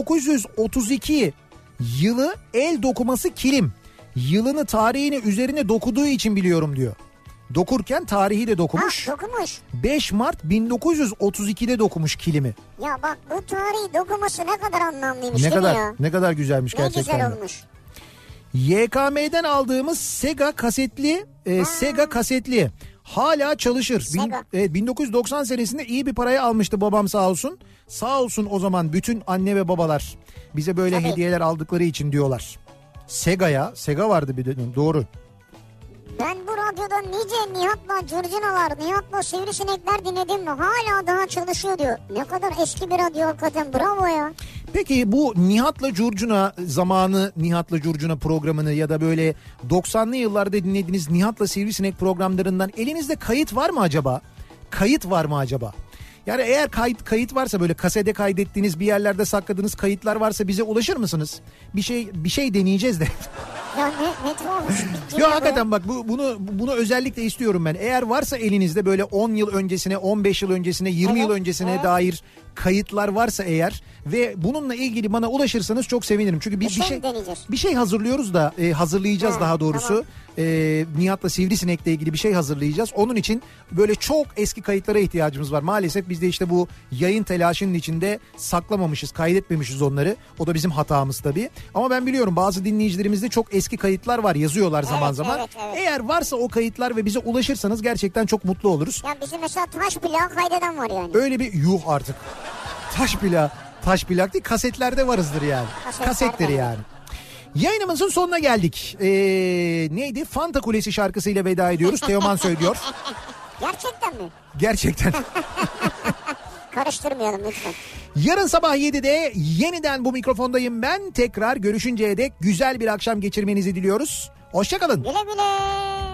1932 yılı el dokuması kilim. Yılını tarihini üzerine dokuduğu için biliyorum diyor. Dokurken tarihi de dokumuş. Ha, dokumuş. 5 Mart 1932'de dokumuş kilimi. Ya bak bu tarihi dokuması ne kadar anlamlıymış değil mi ya? Ne kadar güzelmiş ne gerçekten. Ne güzel olmuş. YKM'den aldığımız Sega kasetli hala çalışır. 1990 senesinde iyi bir paraya almıştı babam sağ olsun. Sağ olsun o zaman bütün anne ve babalar bize böyle hediyeler aldıkları için diyorlar. Sega vardı bir dönem, doğru. Ben bu radyoda nice Nihat'la curcunalar, Nihat'la sivrisinekler dinledim mi hala daha çalışıyor diyor. Ne kadar eski bir radyo hakikaten, bravo ya. Peki bu Nihat'la Curcuna zamanı, Nihat'la Curcuna programını ya da böyle 90'lı yıllarda dinlediğiniz Nihat'la Sivrisinek programlarından elinizde kayıt var mı acaba? Kayıt var mı acaba? Yani eğer kayıt varsa, böyle kasede kaydettiğiniz, bir yerlerde sakladığınız kayıtlar varsa bize ulaşır mısınız? Bir şey deneyeceğiz de. Ya ne tuhafmış. Ya hakikaten bak bunu özellikle istiyorum ben. Eğer varsa elinizde böyle 10 yıl öncesine, 15 yıl öncesine, 20 yıl öncesine dair kayıtlar varsa eğer ve bununla ilgili bana ulaşırsanız çok sevinirim. Çünkü bir şey hazırlıyoruz da hazırlayacağız daha doğrusu. Tamam. Nihat'la Sivrisinek'le ilgili bir şey hazırlayacağız. Onun için böyle çok eski kayıtlara ihtiyacımız var. Maalesef biz de işte bu yayın telaşının içinde saklamamışız, kaydetmemişiz onları. O da bizim hatamız tabii. Ama ben biliyorum bazı dinleyicilerimizde çok eski kayıtlar var, yazıyorlar zaman zaman. Evet. Eğer varsa o kayıtlar ve bize ulaşırsanız gerçekten çok mutlu oluruz. Ya bizim mesela taş plağı kaydeden var yani. Öyle bir yuh artık. Taş plak değil, kasetlerde varızdır yani. Kasetleri yani. Yayınımızın sonuna geldik. Neydi? Fanta Kulesi şarkısıyla veda ediyoruz. Teoman söylüyor. Gerçekten mi? Gerçekten. Karıştırmayalım lütfen. Yarın sabah 7'de yeniden bu mikrofondayım ben. Tekrar görüşünceye dek güzel bir akşam geçirmenizi diliyoruz. Hoşça kalın. Güle güle.